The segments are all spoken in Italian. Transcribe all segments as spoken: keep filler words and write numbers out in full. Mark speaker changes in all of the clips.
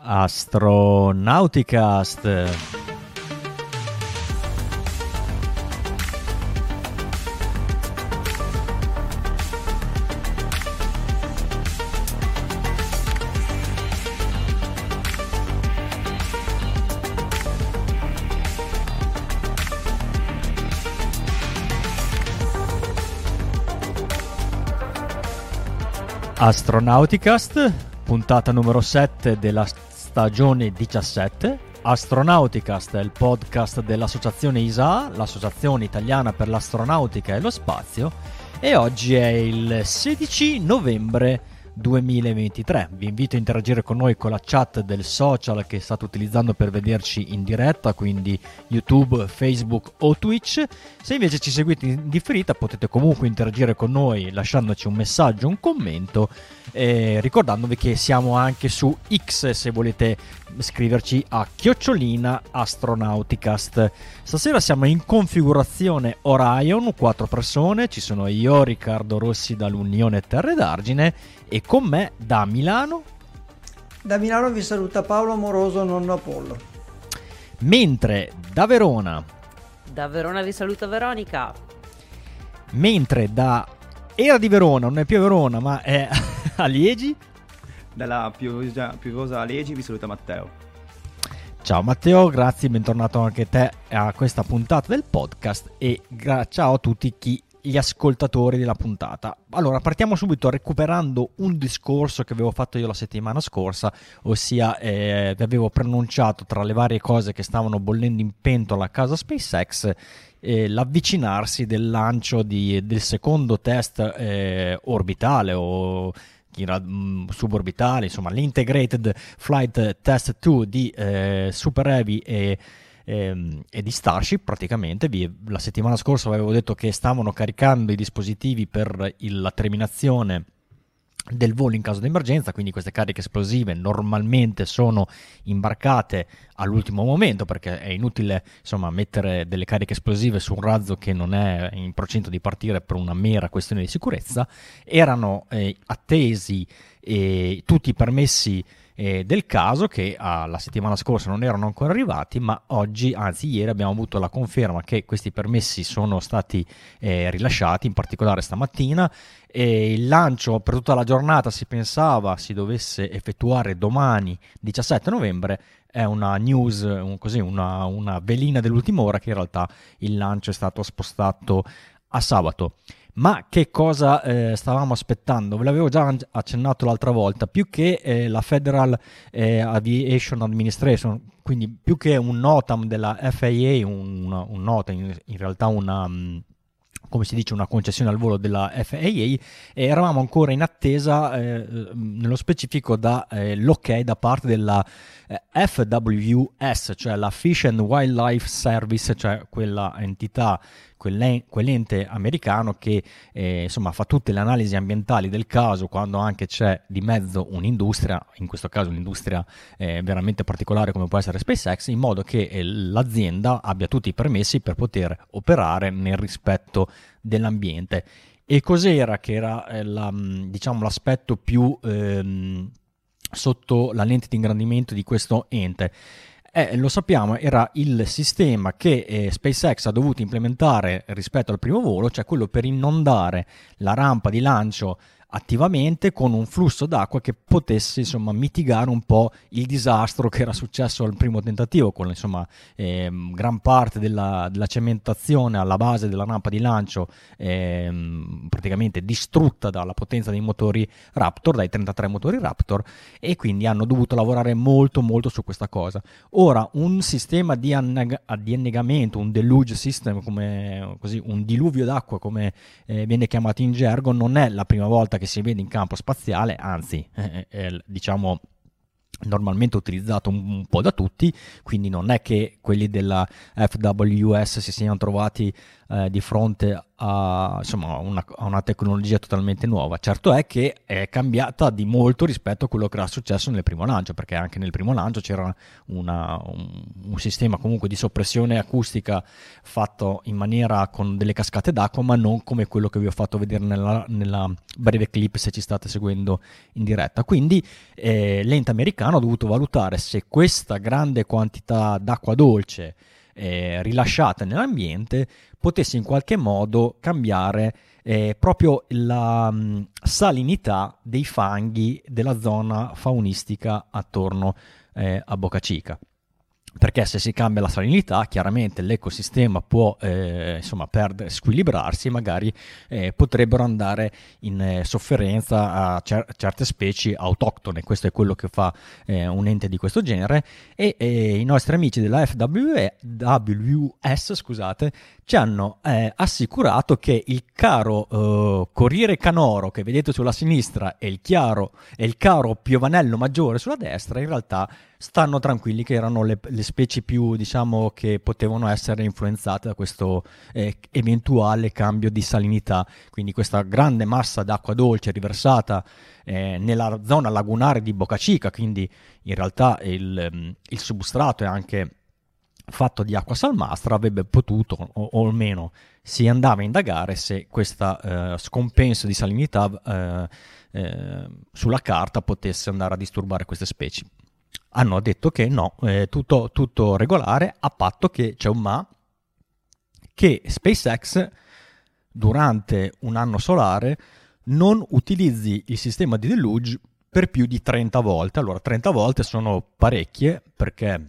Speaker 1: Astronauticast. Astronauticast, puntata numero sette della stagione diciassette. Astronauticast è il podcast dell'associazione I S A, l'associazione italiana per l'astronautica e lo spazio, e oggi è il sedici novembre duemilaventitré. Vi invito a interagire con noi con la chat del social che state utilizzando per vederci in diretta, quindi YouTube, Facebook o Twitch. Se invece ci seguite in differita potete comunque interagire con noi lasciandoci un messaggio, un commento, eh, ricordandovi che siamo anche su X se volete scriverci a chiocciolina astronauticast. Stasera siamo in configurazione Orion, quattro persone, ci sono io, Riccardo Rossi dall'Unione Terre d'Argine, e con me da Milano
Speaker 2: da Milano vi saluta Paolo Amoroso, nonno Apollo.
Speaker 1: Mentre da Verona
Speaker 3: da Verona vi saluta Veronica.
Speaker 1: Mentre da era di Verona, non è più a Verona ma è a Liegi,
Speaker 4: dalla piovosa, piovosa Liegi vi saluta Matteo.
Speaker 1: Ciao Matteo, grazie, bentornato anche te a questa puntata del podcast, e gra- ciao a tutti chi gli ascoltatori della puntata. Allora, partiamo subito recuperando un discorso che avevo fatto io la settimana scorsa, ossia eh, vi avevo preannunciato, tra le varie cose che stavano bollendo in pentola a casa SpaceX, eh, l'avvicinarsi del lancio di, del secondo test eh, orbitale o suborbitale, insomma l'Integrated Flight Test due di eh, Super Heavy e E, e di Starship. Praticamente vi, la settimana scorsa avevo detto che stavano caricando i dispositivi per il, la terminazione del volo in caso di emergenza, quindi queste cariche esplosive normalmente sono imbarcate all'ultimo momento, perché è inutile insomma mettere delle cariche esplosive su un razzo che non è in procinto di partire per una mera questione di sicurezza. Erano eh, attesi eh, tutti i permessi Eh, del caso, che ah, la settimana scorsa non erano ancora arrivati, ma oggi, anzi ieri, abbiamo avuto la conferma che questi permessi sono stati eh, rilasciati, in particolare stamattina, e il lancio per tutta la giornata si pensava si dovesse effettuare domani diciassette novembre. È una news, un, così, una, una velina dell'ultima ora, che in realtà il lancio è stato spostato a sabato. Ma che cosa eh, stavamo aspettando? Ve l'avevo già accennato l'altra volta. Più che eh, la Federal eh, Aviation Administration, quindi più che un NOTAM della F A A, un, un nota, in, in realtà una, come si dice, una concessione al volo della F A A, e eravamo ancora in attesa, eh, nello specifico da eh, l'ok da parte della eh, F W S, cioè la Fish and Wildlife Service, cioè quella entità, quell'ente americano che eh, insomma fa tutte le analisi ambientali del caso quando anche c'è di mezzo un'industria, in questo caso un'industria eh, veramente particolare come può essere SpaceX, in modo che eh, l'azienda abbia tutti i permessi per poter operare nel rispetto dell'ambiente. E cos'era che era eh, la, diciamo, l'aspetto più ehm, sotto la lente di ingrandimento di questo ente? Eh, lo sappiamo, era il sistema che eh, SpaceX ha dovuto implementare rispetto al primo volo, cioè quello per inondare la rampa di lancio attivamente con un flusso d'acqua che potesse insomma mitigare un po' il disastro che era successo al primo tentativo, con insomma eh, gran parte della, della cementazione alla base della rampa di lancio eh, praticamente distrutta dalla potenza dei motori Raptor, dai trentatré motori Raptor, e quindi hanno dovuto lavorare molto molto su questa cosa. Ora, un sistema di, anneg- di annegamento, un deluge system, come così, un diluvio d'acqua come eh, viene chiamato in gergo, non è la prima volta che si vede in campo spaziale, anzi eh, eh, diciamo normalmente utilizzato un, un po' da tutti, quindi non è che quelli della F W S si siano trovati eh, di fronte a, insomma, una, a una tecnologia totalmente nuova. Certo è che è cambiata di molto rispetto a quello che era successo nel primo lancio, perché anche nel primo lancio c'era una, un, un sistema comunque di soppressione acustica fatto in maniera con delle cascate d'acqua, ma non come quello che vi ho fatto vedere nella, nella breve clip, se ci state seguendo in diretta. Quindi eh, l'ente americano ha dovuto valutare se questa grande quantità d'acqua dolce eh, rilasciata nell'ambiente potesse in qualche modo cambiare eh, proprio la mh, salinità dei fanghi della zona faunistica attorno eh, a Boca Chica. Perché se si cambia la salinità, chiaramente l'ecosistema può eh, insomma perdere, squilibrarsi, e magari eh, potrebbero andare in eh, sofferenza a cer- certe specie autoctone. Questo è quello che fa eh, un ente di questo genere, e eh, i nostri amici della F W S, scusate, ci hanno eh, assicurato che il caro eh, Corriere Canoro che vedete sulla sinistra e il, chiaro, e il caro Piovanello Maggiore sulla destra in realtà stanno tranquilli, che erano le, le specie più, diciamo, che potevano essere influenzate da questo eh, eventuale cambio di salinità. Quindi questa grande massa d'acqua dolce riversata eh, nella zona lagunare di Boca Chica, quindi in realtà il, il substrato è anche fatto di acqua salmastra, avrebbe potuto, o, o almeno si andava a indagare se questo eh, scompenso di salinità eh, eh, sulla carta potesse andare a disturbare queste specie. Hanno detto che no, è tutto, tutto regolare, a patto che c'è un ma, che SpaceX durante un anno solare non utilizzi il sistema di deluge per più di trenta volte. Allora, trenta volte sono parecchie, perché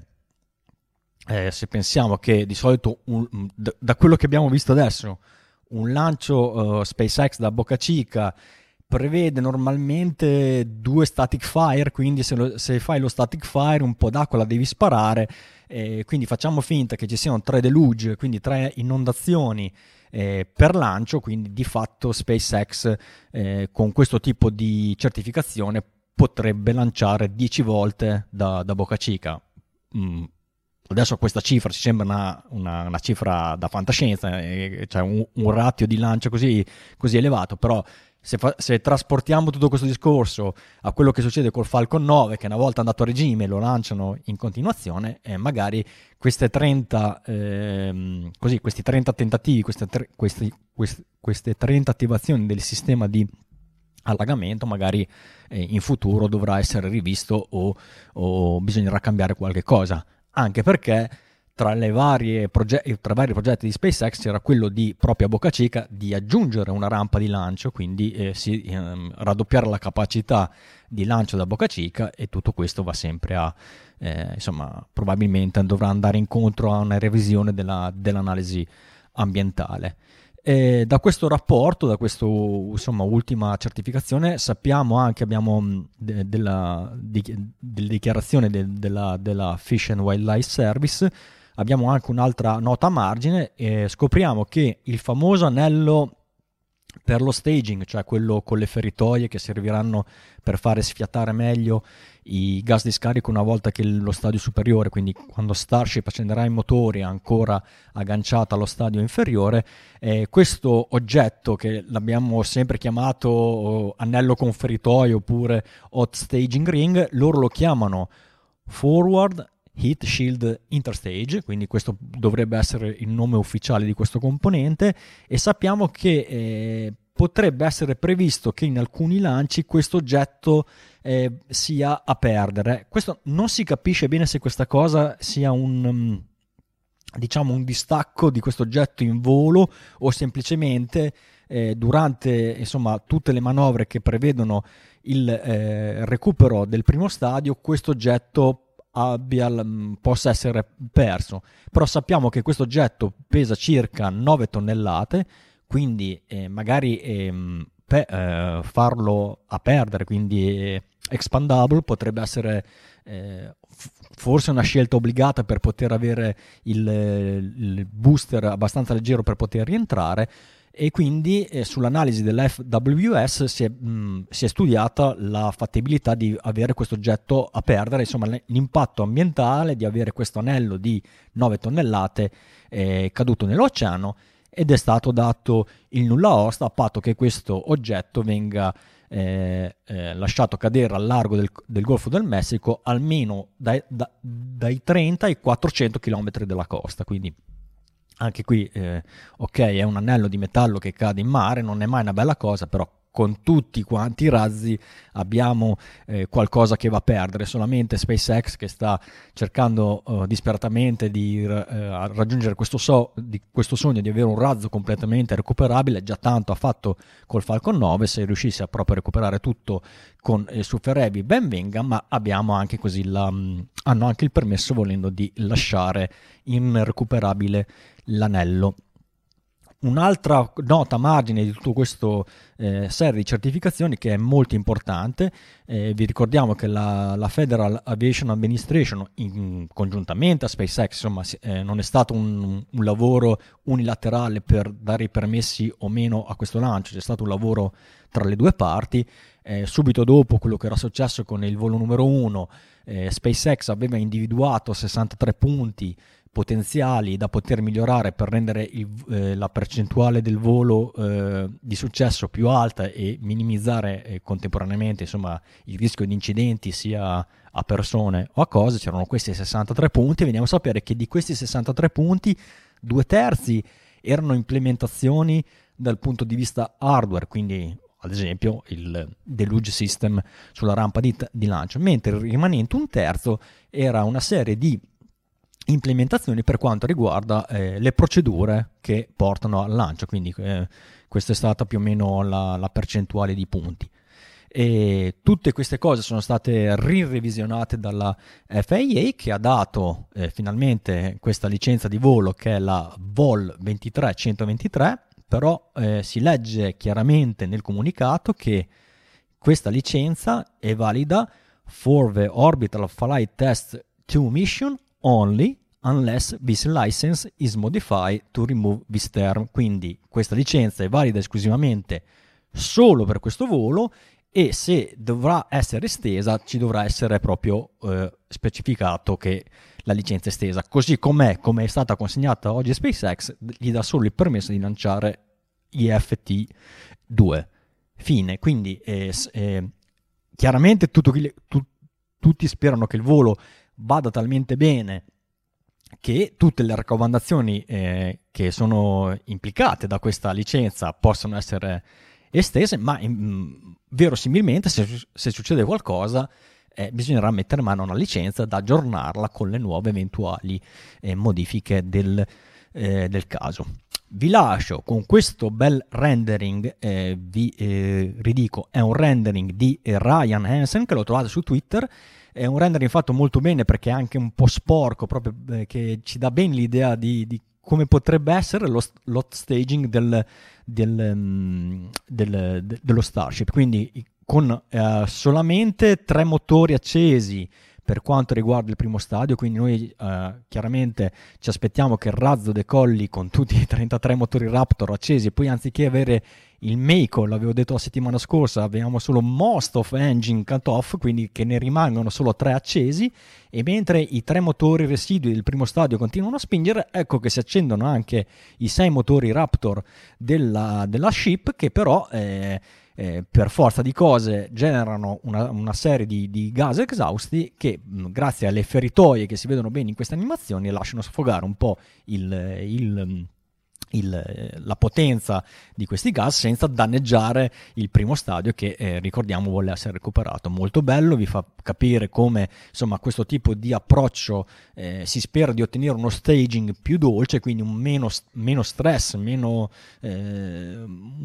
Speaker 1: eh, se pensiamo che di solito, un, da, da quello che abbiamo visto adesso, un lancio uh, SpaceX da Boca Chica prevede normalmente due static fire, quindi se, lo, se fai lo static fire un po' d'acqua la devi sparare, eh, quindi facciamo finta che ci siano tre deluge, quindi tre inondazioni eh, per lancio, quindi di fatto SpaceX eh, con questo tipo di certificazione potrebbe lanciare dieci volte da, da Boca Chica. Mm. Adesso questa cifra ci sembra una, una, una cifra da fantascienza, eh, cioè un, un ratio di lancio così, così elevato, però Se, fa, se trasportiamo tutto questo discorso a quello che succede col Falcon nove, che una volta andato a regime lo lanciano in continuazione, e magari queste trenta, ehm, così, questi trenta tentativi, queste, tre, questi, questi, queste trenta attivazioni del sistema di allagamento, magari eh, in futuro dovrà essere rivisto o, o bisognerà cambiare qualche cosa, anche perché Tra, le varie proge- tra i vari progetti di SpaceX c'era quello di, proprio a Boca Chica, di aggiungere una rampa di lancio, quindi eh, si, ehm, raddoppiare la capacità di lancio da Boca Chica, e tutto questo va sempre a, eh, insomma, probabilmente dovrà andare incontro a una revisione della, dell'analisi ambientale. E da questo rapporto, da questa insomma ultima certificazione, sappiamo anche, abbiamo de, della, di, della dichiarazione de, della, della Fish and Wildlife Service. Abbiamo anche un'altra nota a margine e scopriamo che il famoso anello per lo staging, cioè quello con le feritoie che serviranno per fare sfiatare meglio i gas di scarico una volta che lo stadio superiore, quindi quando Starship accenderà i motori, è ancora agganciata allo stadio inferiore, eh, questo oggetto che l'abbiamo sempre chiamato anello con feritoie oppure hot staging ring, loro lo chiamano Forward Heat Shield Interstage, quindi questo dovrebbe essere il nome ufficiale di questo componente, e sappiamo che eh, potrebbe essere previsto che in alcuni lanci questo oggetto eh, sia a perdere. Questo non si capisce bene se questa cosa sia un, um, diciamo un distacco di questo oggetto in volo o semplicemente eh, durante insomma tutte le manovre che prevedono il eh, recupero del primo stadio questo oggetto abbia, possa essere perso. Però sappiamo che questo oggetto pesa circa nove tonnellate, quindi eh, magari eh, pe- eh, farlo a perdere, quindi eh, expandable, potrebbe essere eh, f- forse una scelta obbligata per poter avere il, il booster abbastanza leggero per poter rientrare. E quindi eh, sull'analisi dell'F W S si è, mh, si è studiata la fattibilità di avere questo oggetto a perdere, insomma l'impatto ambientale di avere questo anello di nove tonnellate eh, caduto nell'oceano, ed è stato dato il nulla osta a patto che questo oggetto venga eh, eh, lasciato cadere al largo del, del Golfo del Messico almeno dai, da, dai trenta ai quattrocento chilometri dalla costa. Quindi anche qui eh, ok, è un anello di metallo che cade in mare, non è mai una bella cosa, però con tutti quanti i razzi abbiamo eh, qualcosa che va a perdere. Solamente SpaceX, che sta cercando uh, disperatamente di uh, raggiungere questo, so- di questo sogno di avere un razzo completamente recuperabile, già tanto ha fatto col Falcon nove. Se riuscisse a proprio recuperare tutto con il Super Heavy, ben venga, ma abbiamo anche così la, mh, hanno anche il permesso, volendo, di lasciare irrecuperabile l'anello. Un'altra nota a margine di tutto questo eh, serie di certificazioni che è molto importante, eh, vi ricordiamo che la, la Federal Aviation Administration, in, congiuntamente a SpaceX, insomma, eh, non è stato un, un lavoro unilaterale per dare i permessi o meno a questo lancio, c'è stato un lavoro tra le due parti. Eh, subito dopo quello che era successo con il volo numero uno, eh, SpaceX aveva individuato sessantatré punti potenziali da poter migliorare per rendere il, eh, la percentuale del volo eh, di successo più alta e minimizzare eh, contemporaneamente, insomma, il rischio di incidenti sia a persone o a cose. C'erano questi sessantatré punti, veniamo a sapere che di questi sessantatré punti due terzi erano implementazioni dal punto di vista hardware, quindi ad esempio il deluge system sulla rampa di, di lancio, mentre il rimanente un terzo era una serie di implementazioni per quanto riguarda eh, le procedure che portano al lancio. Quindi eh, questa è stata più o meno la, la percentuale di punti, e tutte queste cose sono state rirevisionate dalla F A A, che ha dato eh, finalmente questa licenza di volo, che è la V O L ventitré centoventitré. Però eh, si legge chiaramente nel comunicato che questa licenza è valida for the Orbital Flight Test two mission only unless this license is modified to remove this term. Quindi questa licenza è valida esclusivamente solo per questo volo, e se dovrà essere estesa ci dovrà essere proprio eh, specificato che la licenza è estesa. Così com'è, come è stata consegnata oggi a SpaceX, gli dà solo il permesso di lanciare I F T due. Fine. Quindi eh, eh, chiaramente tutto, tu, tutti sperano che il volo vada talmente bene che tutte le raccomandazioni eh, che sono implicate da questa licenza possano essere estese, ma in, verosimilmente se, se succede qualcosa eh, bisognerà mettere mano a una licenza da aggiornarla con le nuove eventuali eh, modifiche del, eh, del caso. Vi lascio con questo bel rendering, eh, vi eh, ridico, è un rendering di eh, Ryan Hansen, che lo trovate su Twitter. È un rendering fatto molto bene perché è anche un po' sporco, proprio eh, che ci dà ben l'idea di, di come potrebbe essere lo, lo staging del, del, um, del, de, dello Starship. Quindi con eh, solamente tre motori accesi per quanto riguarda il primo stadio, quindi noi eh, chiaramente ci aspettiamo che il razzo decolli con tutti i trentatré motori Raptor accesi, e poi anziché avere il Mako, l'avevo detto la settimana scorsa, abbiamo solo most of engine cut off, quindi che ne rimangono solo tre accesi, e mentre i tre motori residui del primo stadio continuano a spingere, ecco che si accendono anche i sei motori Raptor della, della ship, che però eh, eh, per forza di cose generano una, una serie di, di gas esausti che mh, grazie alle feritoie che si vedono bene in queste animazioni lasciano sfogare un po' il, il Il, la potenza di questi gas senza danneggiare il primo stadio, che eh, ricordiamo vuole essere recuperato. Molto bello, vi fa capire come insomma questo tipo di approccio eh, si spera di ottenere uno staging più dolce, quindi un meno, meno stress, meno eh,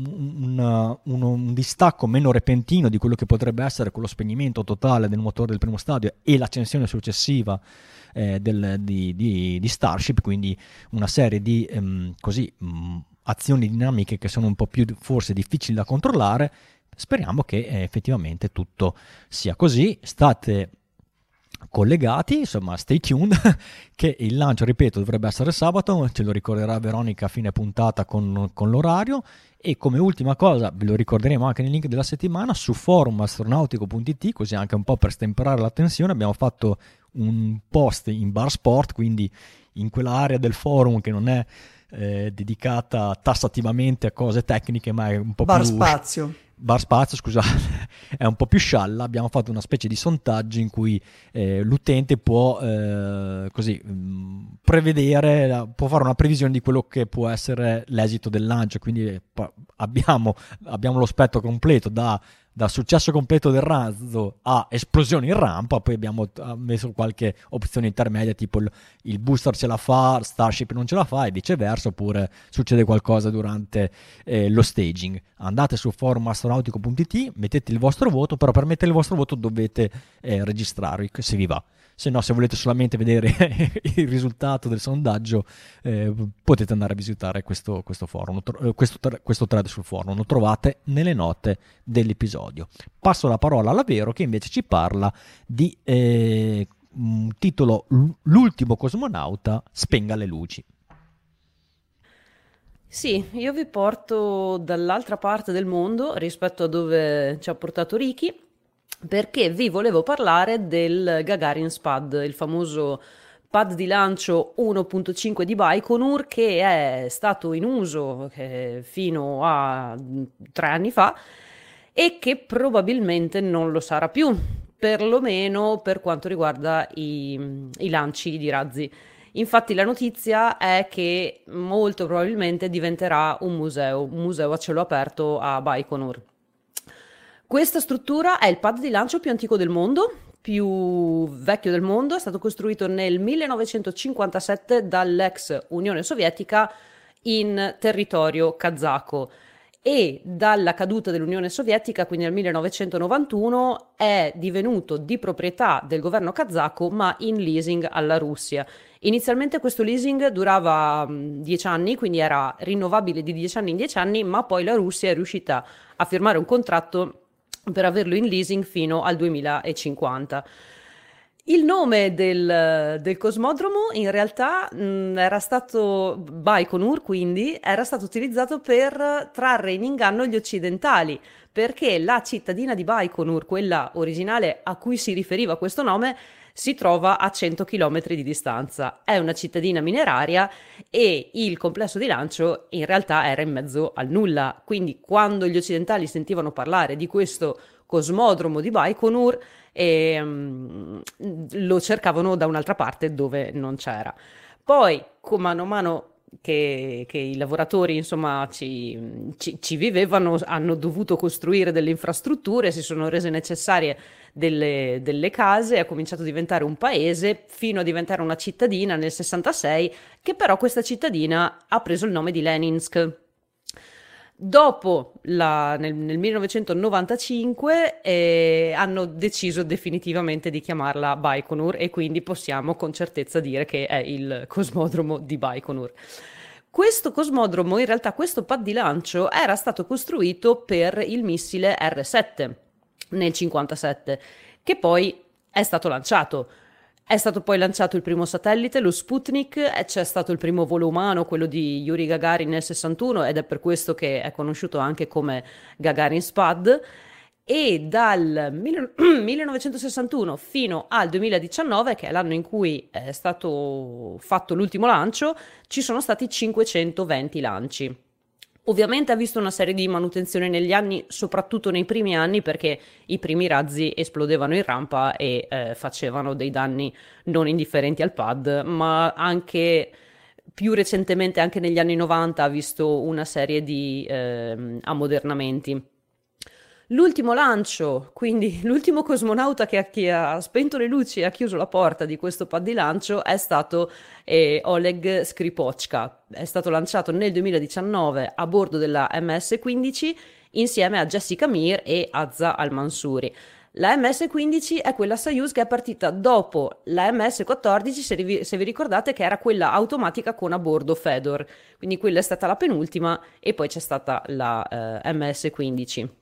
Speaker 1: un, un, un distacco meno repentino di quello che potrebbe essere con lo spegnimento totale del motore del primo stadio e l'accensione successiva Eh, del, di, di, di Starship. Quindi una serie di ehm, così mh, azioni dinamiche che sono un po' più forse difficili da controllare. Speriamo che eh, effettivamente tutto sia così. State collegati, insomma stay tuned, che il lancio, ripeto, dovrebbe essere sabato, ce lo ricorderà Veronica a fine puntata con, con l'orario. E come ultima cosa, ve lo ricorderemo anche nel link della settimana, su forum astronautico punto it, così anche un po' per stemperare l'attenzione, abbiamo fatto un post in bar sport, quindi in quella area del forum che non è eh, dedicata tassativamente a cose tecniche, ma è un po'
Speaker 2: Bar
Speaker 1: più...
Speaker 2: spazio.
Speaker 1: Bar spazio, scusate, è un po' più scialla. Abbiamo fatto una specie di sondaggio in cui eh, l'utente può eh, così mh, prevedere, può fare una previsione di quello che può essere l'esito del lancio. Quindi eh, abbiamo, abbiamo lo spettro completo da dal successo completo del razzo a esplosione in rampa. Poi abbiamo messo qualche opzione intermedia, tipo il, il booster ce la fa, Starship non ce la fa e viceversa, oppure succede qualcosa durante eh, lo staging. Andate su forum astronautico punto it, mettete il vostro voto, però per mettere il vostro voto dovete eh, registrarvi se vi va. Se no, se volete solamente vedere il risultato del sondaggio, eh, potete andare a visitare questo, questo forum, questo, questo thread sul forum, lo trovate nelle note dell'episodio. Passo la parola alla Vero, che invece ci parla di eh, un titolo: L'ultimo cosmonauta spenga le luci.
Speaker 3: Sì, io vi porto dall'altra parte del mondo rispetto a dove ci ha portato Ricky, perché vi volevo parlare del Gagarin Spad, il famoso pad di lancio uno punto cinque di Baikonur, che è stato in uso eh, fino a tre anni fa e che probabilmente non lo sarà più, perlomeno per quanto riguarda i, i lanci di razzi. Infatti la notizia è che molto probabilmente diventerà un museo, un museo a cielo aperto a Baikonur. Questa struttura è il pad di lancio più antico del mondo, più vecchio del mondo. È stato costruito nel millenovecentocinquantasette dall'ex Unione Sovietica in territorio kazako, e dalla caduta dell'Unione Sovietica, quindi nel millenovecentonovantuno, è divenuto di proprietà del governo kazako ma in leasing alla Russia. Inizialmente questo leasing durava dieci anni, quindi era rinnovabile di dieci anni in dieci anni, ma poi la Russia è riuscita a firmare un contratto per averlo in leasing fino al duemilacinquanta. Il nome del, del cosmodromo in realtà mh, era stato Baikonur, quindi era stato utilizzato per trarre in inganno gli occidentali, perché la cittadina di Baikonur, quella originale a cui si riferiva questo nome, si trova a cento chilometri di distanza. È una cittadina mineraria e il complesso di lancio in realtà era in mezzo al nulla. Quindi quando gli occidentali sentivano parlare di questo cosmodromo di Baikonur, e, um, lo cercavano da un'altra parte dove non c'era. Poi, con mano a mano che, che i lavoratori insomma ci, ci, ci vivevano, hanno dovuto costruire delle infrastrutture, si sono rese necessarie delle, delle case, è cominciato a diventare un paese fino a diventare una cittadina nel sessantasei, che però questa cittadina ha preso il nome di Leninsk. Dopo, la, nel, nel millenovecentonovantacinque, eh, hanno deciso definitivamente di chiamarla Baikonur, e quindi possiamo con certezza dire che è il cosmodromo di Baikonur. Questo cosmodromo, in realtà questo pad di lancio, era stato costruito per il missile erre sette nel cinquantasette, che poi è stato lanciato. È stato poi lanciato il primo satellite, lo Sputnik, e c'è stato il primo volo umano, quello di Yuri Gagarin nel sessantuno, ed è per questo che è conosciuto anche come Gagarin Spad. E dal millenovecentosessantuno fino al duemiladiciannove, che è l'anno in cui è stato fatto l'ultimo lancio, ci sono stati cinquecentoventi lanci. Ovviamente ha visto una serie di manutenzioni negli anni, soprattutto nei primi anni, perché i primi razzi esplodevano in rampa e eh, facevano dei danni non indifferenti al pad, ma anche più recentemente, anche negli anni novanta, ha visto una serie di eh, ammodernamenti. L'ultimo lancio, quindi l'ultimo cosmonauta che ha, che ha spento le luci e ha chiuso la porta di questo pad di lancio, è stato eh, Oleg Skripochka. È stato lanciato nel duemiladiciannove a bordo della emme esse quindici insieme a Jessica Meir e Azza Al-Mansuri. La emme esse quindici è quella Soyuz che è partita dopo la emme esse quattordici, se vi, se vi ricordate, che era quella automatica con a bordo Fedor. Quindi quella è stata la penultima, e poi c'è stata la eh, emme esse quindici.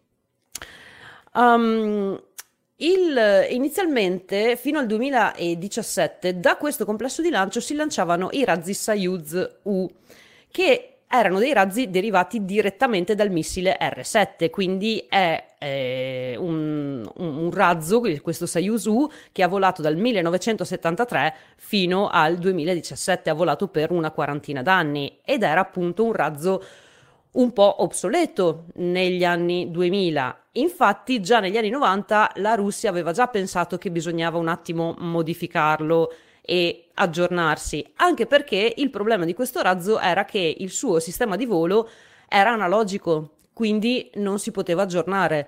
Speaker 3: Um, il, inizialmente, fino al duemiladiciassette, da questo complesso di lancio si lanciavano i razzi Soyuz U, che erano dei razzi derivati direttamente dal missile erre sette, quindi è eh, un, un, un razzo, questo Soyuz U, che ha volato dal millenovecentosettantatré fino al duemiladiciassette, ha volato per una quarantina d'anni ed era appunto un razzo un po' obsoleto negli anni duemila. Infatti già negli anni novanta la Russia aveva già pensato che bisognava un attimo modificarlo e aggiornarsi, anche perché il problema di questo razzo era che il suo sistema di volo era analogico, quindi non si poteva aggiornare,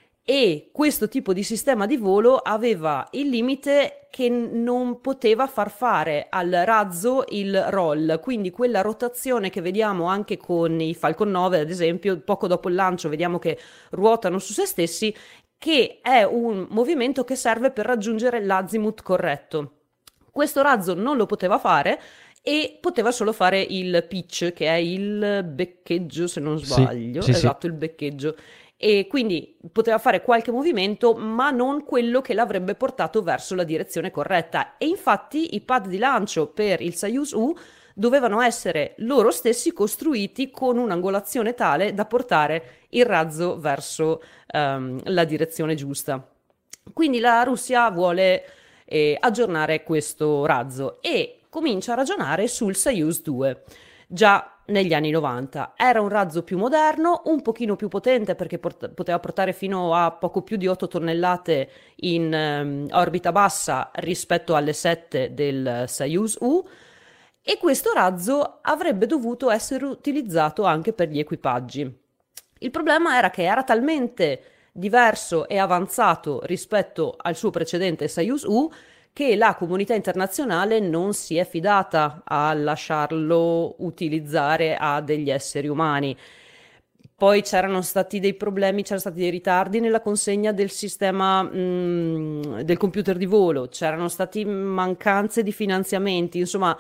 Speaker 3: e questo tipo di sistema di volo aveva il limite che non poteva far fare al razzo il roll, quindi quella rotazione che vediamo anche con i Falcon nove, ad esempio, poco dopo il lancio vediamo che ruotano su se stessi, che è un movimento che serve per raggiungere l'azimut corretto. Questo razzo non lo poteva fare e poteva solo fare il pitch, che è il beccheggio, se non sbaglio,
Speaker 1: sì, sì,
Speaker 3: esatto,
Speaker 1: sì.
Speaker 3: il beccheggio. E quindi poteva fare qualche movimento, ma non quello che l'avrebbe portato verso la direzione corretta. E infatti i pad di lancio per il Soyuz U dovevano essere loro stessi costruiti con un'angolazione tale da portare il razzo verso um, la direzione giusta. Quindi la Russia vuole eh, aggiornare questo razzo e comincia a ragionare sul Soyuz due. Già negli anni novanta era un razzo più moderno, un pochino più potente perché port- poteva portare fino a poco più di otto tonnellate in um, orbita bassa rispetto alle sette del Soyuz U, e questo razzo avrebbe dovuto essere utilizzato anche per gli equipaggi. Il problema era che era talmente diverso e avanzato rispetto al suo precedente Soyuz U che la comunità internazionale non si è fidata a lasciarlo utilizzare a degli esseri umani. Poi c'erano stati dei problemi, c'erano stati dei ritardi nella consegna del sistema mh, del computer di volo, c'erano stati mancanze di finanziamenti, insomma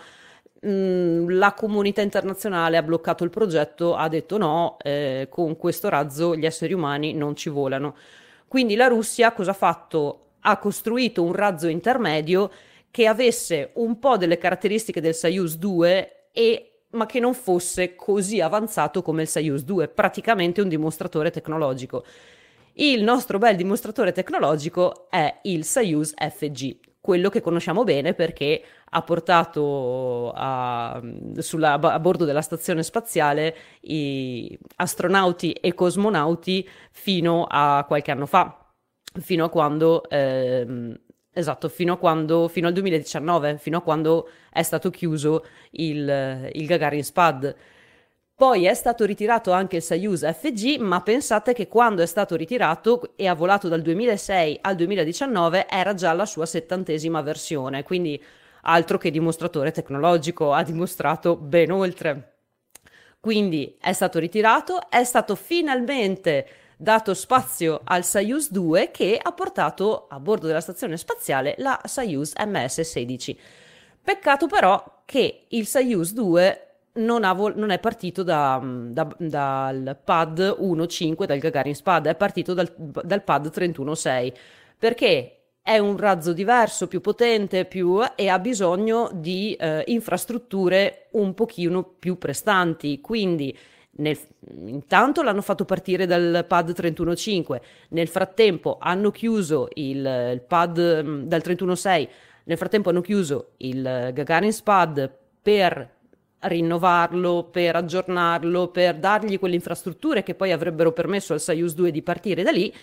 Speaker 3: mh, la comunità internazionale ha bloccato il progetto, ha detto no, eh, con questo razzo gli esseri umani non ci volano. Quindi la Russia cosa ha fatto? Ha costruito un razzo intermedio che avesse un po' delle caratteristiche del Soyuz due, e, ma che non fosse così avanzato come il Soyuz due, praticamente un dimostratore tecnologico. Il nostro bel dimostratore tecnologico è il Soyuz F G, quello che conosciamo bene perché ha portato a, sulla, a bordo della stazione spaziale i astronauti e cosmonauti fino a qualche anno fa. Fino a quando, ehm, esatto, fino a quando, fino al duemiladiciannove, fino a quando è stato chiuso il, il Gagarin Spad. Poi è stato ritirato anche il Soyuz F G, ma pensate che quando è stato ritirato e ha volato dal duemilasei al duemiladiciannove era già la sua settantesima versione, quindi altro che dimostratore tecnologico, ha dimostrato ben oltre. Quindi è stato ritirato, è stato finalmente dato spazio al Soyuz due, che ha portato a bordo della stazione spaziale la Soyuz M S sedici. Peccato però che il Soyuz due non, ha vol- non è partito da, da, dal pad uno cinque, dal Gagarin Spad, è partito dal, dal pad trentuno sei, perché è un razzo diverso, più potente, più, e ha bisogno di eh, infrastrutture un pochino più prestanti, quindi Nel, intanto l'hanno fatto partire dal pad trentuno cinque, nel frattempo hanno chiuso il, il pad mh, dal trentuno sei, nel frattempo hanno chiuso il Gagarin Spad per rinnovarlo, per aggiornarlo, per dargli quelle infrastrutture che poi avrebbero permesso al Soyuz due di partire da lì,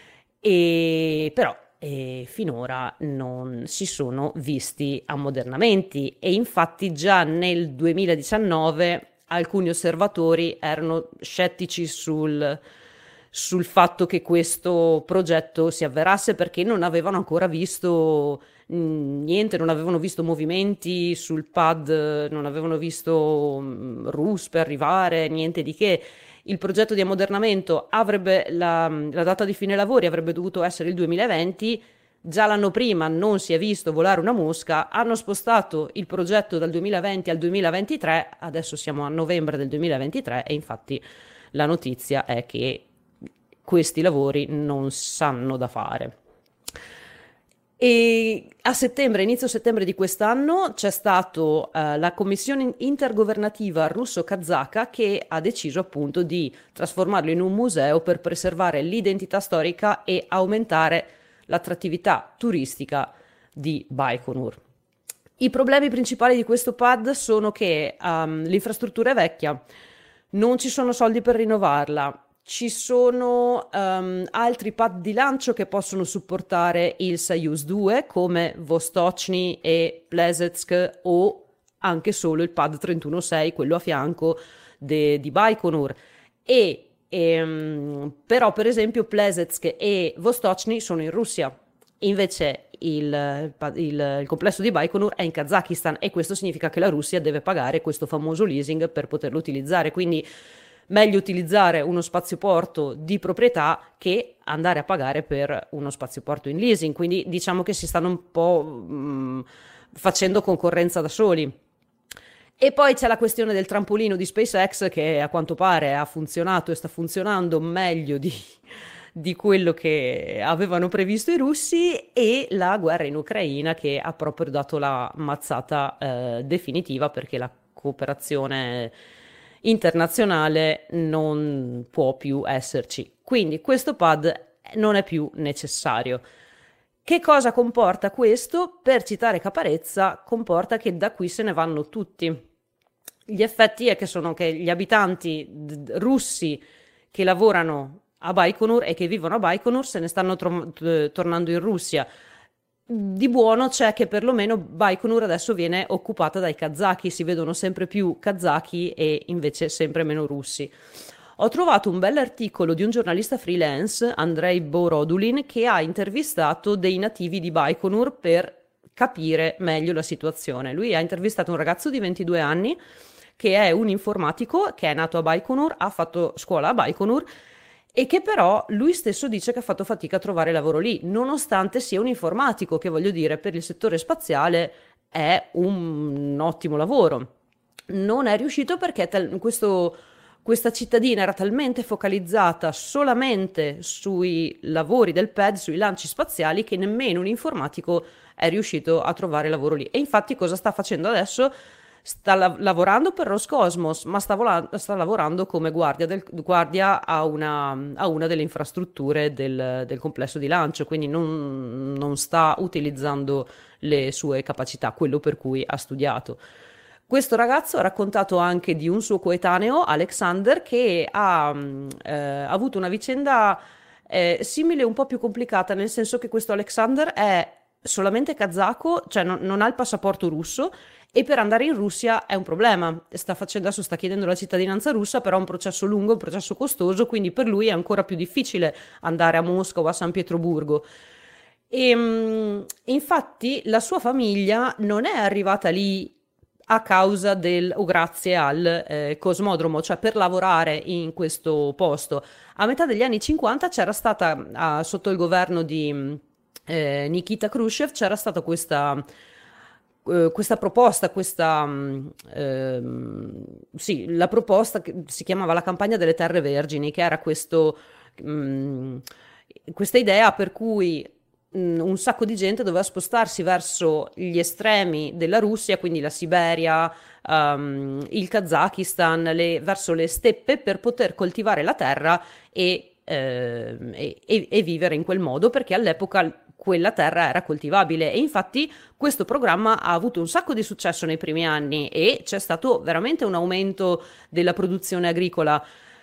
Speaker 3: e però e finora non si sono visti ammodernamenti, e infatti già nel duemiladiciannove alcuni osservatori erano scettici sul, sul fatto che questo progetto si avverasse, perché non avevano ancora visto mh, niente, non avevano visto movimenti sul pad, non avevano visto mh, Rus per arrivare, niente di che. Il progetto di ammodernamento avrebbe, la, la data di fine lavori avrebbe dovuto essere il duemilaventi, già l'anno prima non si è visto volare una mosca, hanno spostato il progetto dal duemilaventi al duemilaventitré, adesso siamo a novembre del duemilaventitré e infatti la notizia è che questi lavori non sanno da fare. E a settembre, inizio settembre di quest'anno, c'è stato uh, la commissione intergovernativa russo-kazaka che ha deciso appunto di trasformarlo in un museo per preservare l'identità storica e aumentare l'attrattività turistica di Baikonur. I problemi principali di questo pad sono che um, l'infrastruttura è vecchia, non ci sono soldi per rinnovarla. Ci sono um, altri pad di lancio che possono supportare il Soyuz due come Vostochny e Plesetsk o anche solo il pad trentuno sei, quello a fianco de- di Baikonur. E, ehm, però per esempio Plesetsk e Vostochny sono in Russia, invece il, il, il complesso di Baikonur è in Kazakistan e questo significa che la Russia deve pagare questo famoso leasing per poterlo utilizzare, quindi meglio utilizzare uno spazioporto di proprietà che andare a pagare per uno spazioporto in leasing, quindi diciamo che si stanno un po' mh, facendo concorrenza da soli. E poi c'è la questione del trampolino di SpaceX che a quanto pare ha funzionato e sta funzionando meglio di, di quello che avevano previsto i russi, e la guerra in Ucraina che ha proprio dato la mazzata eh, definitiva, perché la cooperazione internazionale non può più esserci. Quindi questo pad non è più necessario. Che cosa comporta questo? Per citare Caparezza, comporta che da qui se ne vanno tutti. Gli effetti è che sono che gli abitanti d- russi che lavorano a Baikonur e che vivono a Baikonur se ne stanno tro- t- tornando in Russia. Di buono c'è che perlomeno Baikonur adesso viene occupata dai kazaki, si vedono sempre più kazaki e invece sempre meno russi. Ho trovato un bell'articolo di un giornalista freelance, Andrei Borodulin, che ha intervistato dei nativi di Baikonur per capire meglio la situazione. Lui ha intervistato un ragazzo di ventidue anni che è un informatico, che è nato a Baikonur, ha fatto scuola a Baikonur, e che però lui stesso dice che ha fatto fatica a trovare lavoro lì, nonostante sia un informatico, che voglio dire per il settore spaziale è un ottimo lavoro. Non è riuscito perché tal- questo, questa cittadina era talmente focalizzata solamente sui lavori del P E D, sui lanci spaziali, che nemmeno un informatico è riuscito a trovare lavoro lì. E infatti cosa sta facendo adesso? Sta la- lavorando per Roscosmos, ma sta, vola- sta lavorando come guardia, del- guardia a, una, a una delle infrastrutture del, del complesso di lancio, quindi non, non sta utilizzando le sue capacità, quello per cui ha studiato. Questo ragazzo ha raccontato anche di un suo coetaneo, Alexander, che ha mh, eh, avuto una vicenda eh, simile, un po' più complicata, nel senso che questo Alexander è solamente kazako, cioè non, non ha il passaporto russo, e per andare in Russia è un problema. Sta facendo, adesso sta chiedendo la cittadinanza russa, però è un processo lungo, un processo costoso, quindi per lui è ancora più difficile andare a Mosca o a San Pietroburgo. E mh, infatti la sua famiglia non è arrivata lì a causa del o grazie al eh, cosmodromo, cioè per lavorare in questo posto. A metà degli anni cinquanta c'era stata, ah, sotto il governo di eh, Nikita Khrushchev, c'era stata questa eh, questa proposta, questa mh, ehm, sì, la proposta che si chiamava la campagna delle terre vergini, che era questo, mh, questa idea per cui mh, un sacco di gente doveva spostarsi verso gli estremi della Russia, quindi la Siberia, um, il Kazakistan, le, verso le steppe, per poter coltivare la terra e, eh, e, e, e vivere in quel modo, perché all'epoca quella terra era coltivabile. E infatti questo programma ha avuto un sacco di successo nei primi anni e c'è stato veramente un aumento della produzione agricola,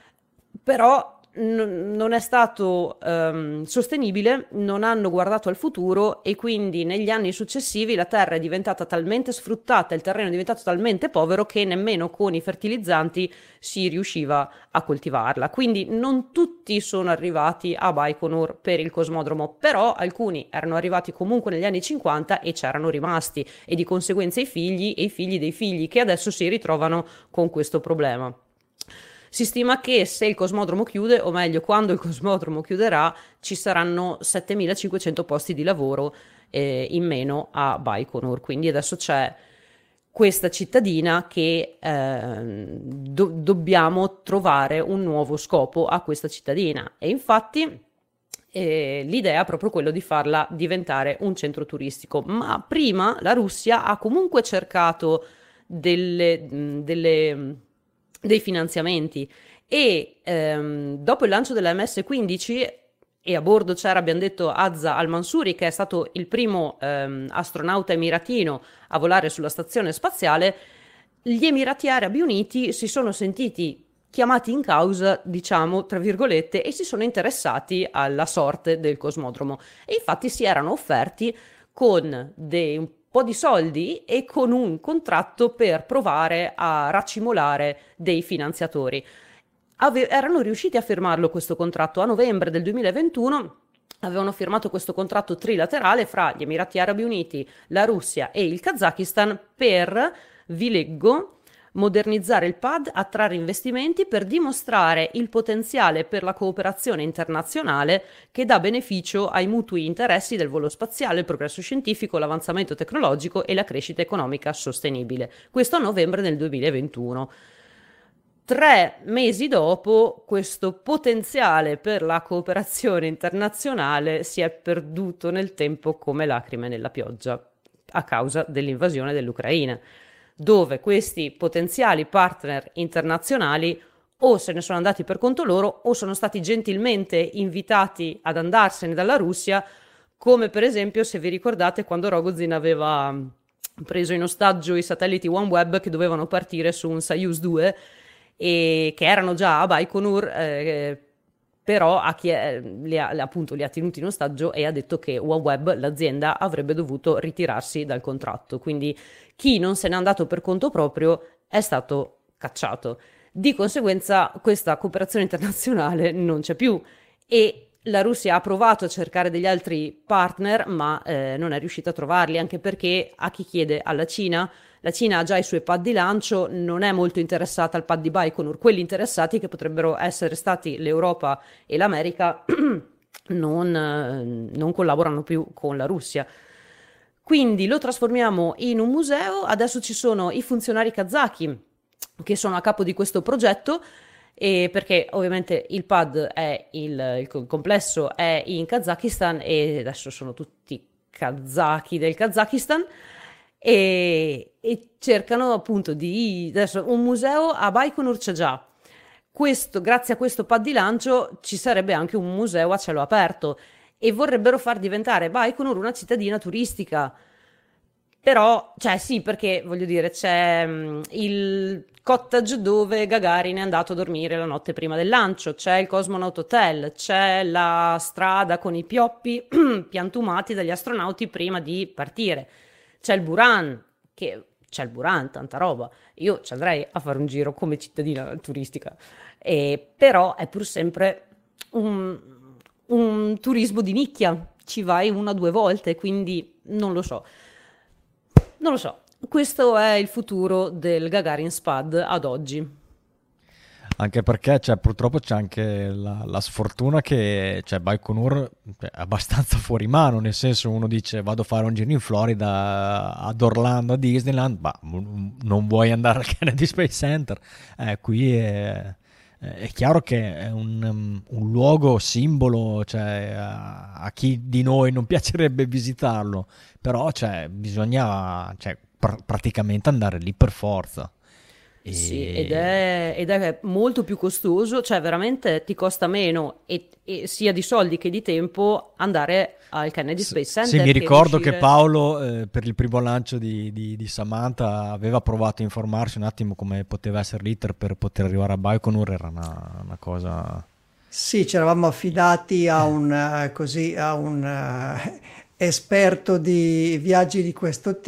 Speaker 3: però n- non è stato ehm, sostenibile, non hanno guardato al futuro, e quindi negli anni successivi la terra è diventata talmente sfruttata, il terreno è diventato talmente povero che nemmeno con i fertilizzanti si riusciva a coltivarla. Quindi non tutti sono arrivati a Baikonur per il cosmodromo, però alcuni erano arrivati comunque negli anni cinquanta e c'erano rimasti, e di conseguenza i figli e i figli dei figli, che adesso si ritrovano con questo problema. Si stima che se il cosmodromo chiude, o meglio quando il cosmodromo chiuderà, ci saranno settemilacinquecento posti di lavoro eh, in meno a Baikonur. Quindi adesso c'è questa cittadina che eh, do- dobbiamo trovare un nuovo scopo a questa cittadina. E infatti E l'idea è proprio quello di farla diventare un centro turistico. Ma prima la Russia ha comunque cercato delle, delle, dei finanziamenti e ehm, dopo il lancio della M S quindici, e a bordo c'era, abbiamo detto, Azza Al-Mansuri, che è stato il primo ehm, astronauta emiratino a volare sulla stazione spaziale, gli Emirati Arabi Uniti si sono sentiti chiamati in causa, diciamo, tra virgolette, e si sono interessati alla sorte del cosmodromo. E infatti si erano offerti con dei, un po' di soldi e con un contratto per provare a raccimolare dei finanziatori. Ave- erano riusciti a firmarlo questo contratto a novembre del duemilaventuno. Avevano firmato questo contratto trilaterale fra gli Emirati Arabi Uniti, la Russia e il Kazakistan per, vi leggo, modernizzare il pad, attrarre investimenti per dimostrare il potenziale per la cooperazione internazionale che dà beneficio ai mutui interessi del volo spaziale, il progresso scientifico, l'avanzamento tecnologico e la crescita economica sostenibile. Questo a novembre del duemilaventuno. Tre mesi dopo, questo potenziale per la cooperazione internazionale si è perduto nel tempo come lacrime nella pioggia a causa dell'invasione dell'Ucraina, dove questi potenziali partner internazionali o se ne sono andati per conto loro o sono stati gentilmente invitati ad andarsene dalla Russia, come per esempio, se vi ricordate, quando Rogozin aveva preso in ostaggio i satelliti OneWeb che dovevano partire su un Soyuz due e che erano già a Baikonur, eh, però a chi è, li, ha, appunto, li ha tenuti in ostaggio e ha detto che OneWeb, l'azienda, avrebbe dovuto ritirarsi dal contratto. Quindi chi non se n'è andato per conto proprio è stato cacciato. Di conseguenza questa cooperazione internazionale non c'è più e la Russia ha provato a cercare degli altri partner, ma eh, non è riuscita a trovarli, anche perché a chi chiede alla Cina, la Cina ha già i suoi pad di lancio, non è molto interessata al pad di Baikonur. Quelli interessati, che potrebbero essere stati l'Europa e l'America, non, eh, non collaborano più con la Russia. Quindi lo trasformiamo in un museo. Adesso ci sono i funzionari kazaki che sono a capo di questo progetto, e perché ovviamente il pad è il, il complesso è in Kazakistan e adesso sono tutti kazaki del Kazakistan e, e cercano appunto di adesso un museo a Baikonur c'è già. Questo, grazie a questo pad di lancio ci sarebbe anche un museo a cielo aperto e vorrebbero far diventare Baikonur una cittadina turistica. Però, cioè sì, perché voglio dire, c'è um, il cottage dove Gagarin è andato a dormire la notte prima del lancio, c'è il Cosmonaut Hotel, c'è la strada con i pioppi piantumati dagli astronauti prima di partire, c'è il Buran, che c'è il Buran, tanta roba. Io ci andrei a fare un giro come cittadina turistica, e, però è pur sempre un, un turismo di nicchia, ci vai una o due volte, quindi non lo so. Non lo so, questo è il futuro del Gagarin Spad ad oggi.
Speaker 1: Anche perché cioè, purtroppo c'è anche la, la sfortuna che cioè, Baikonur è abbastanza fuori mano, nel senso uno dice vado a fare un giro in Florida, ad Orlando, a Disneyland, ma non vuoi andare al Kennedy Space Center. Eh, qui è, è chiaro che è un, un luogo simbolo, cioè, a, a chi di noi non piacerebbe visitarlo, però cioè, bisogna cioè, pr- praticamente andare lì per forza. E...
Speaker 3: Sì, ed è, ed è molto più costoso, cioè veramente ti costa meno e, e sia di soldi che di tempo andare al Kennedy Space Center.
Speaker 1: Sì, mi ricordo
Speaker 3: uscire...
Speaker 1: che Paolo eh, per il primo lancio di, di, di Samantha aveva provato a informarsi un attimo come poteva essere l'iter per poter arrivare a Baikonur, era una, una cosa...
Speaker 2: Sì, ci eravamo affidati a un, uh, così, a un uh, esperto di viaggi di questo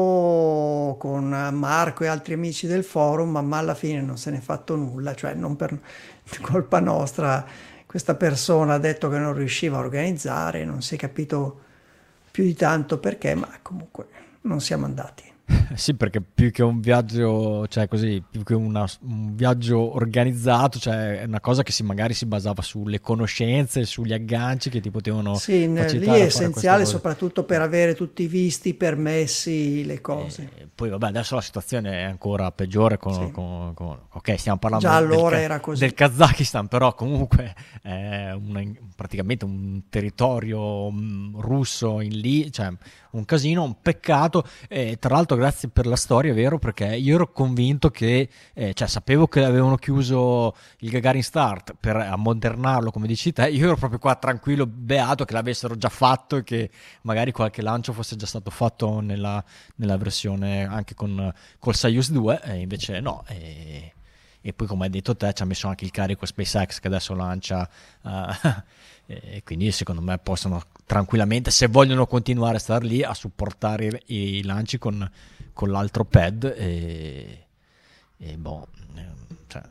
Speaker 2: tipo con Marco e altri amici del forum, ma alla fine non se n'è fatto nulla, cioè non per colpa nostra. Questa persona ha detto che non riusciva a organizzare, non si è capito più di tanto perché, ma comunque non siamo andati.
Speaker 1: Sì, perché più che un viaggio, cioè così, più che una- un viaggio organizzato, cioè è una cosa che si, magari si basava sulle conoscenze, sugli agganci che ti potevano
Speaker 2: Sì, n- lì
Speaker 1: facilitare
Speaker 2: è
Speaker 1: a fare queste
Speaker 2: essenziale
Speaker 1: cose.
Speaker 2: soprattutto per avere tutti i visti, i permessi, le cose.
Speaker 1: E poi vabbè, adesso la situazione è ancora peggiore con,
Speaker 2: Sì.
Speaker 1: con- con- ok, stiamo
Speaker 2: Già
Speaker 1: parlando del,
Speaker 2: allora
Speaker 1: Ka-
Speaker 2: era così.
Speaker 1: del Kazakistan, però comunque è una- praticamente un territorio mm, russo in lì, cioè un casino, un peccato. E tra l'altro grazie per la storia, vero, perché io ero convinto che, eh, cioè sapevo che avevano chiuso il Gagarin Start per ammodernarlo, come dici te. Io ero proprio qua tranquillo, beato che l'avessero già fatto e che magari qualche lancio fosse già stato fatto nella, nella versione anche con col Soyuz due, e invece no. E, e poi, come hai detto te, ci ha messo anche il carico SpaceX che adesso lancia, eh, e quindi secondo me possono tranquillamente, se vogliono continuare a star lì, a supportare i, i lanci con, con l'altro pad. E, e boh, eh, cioè,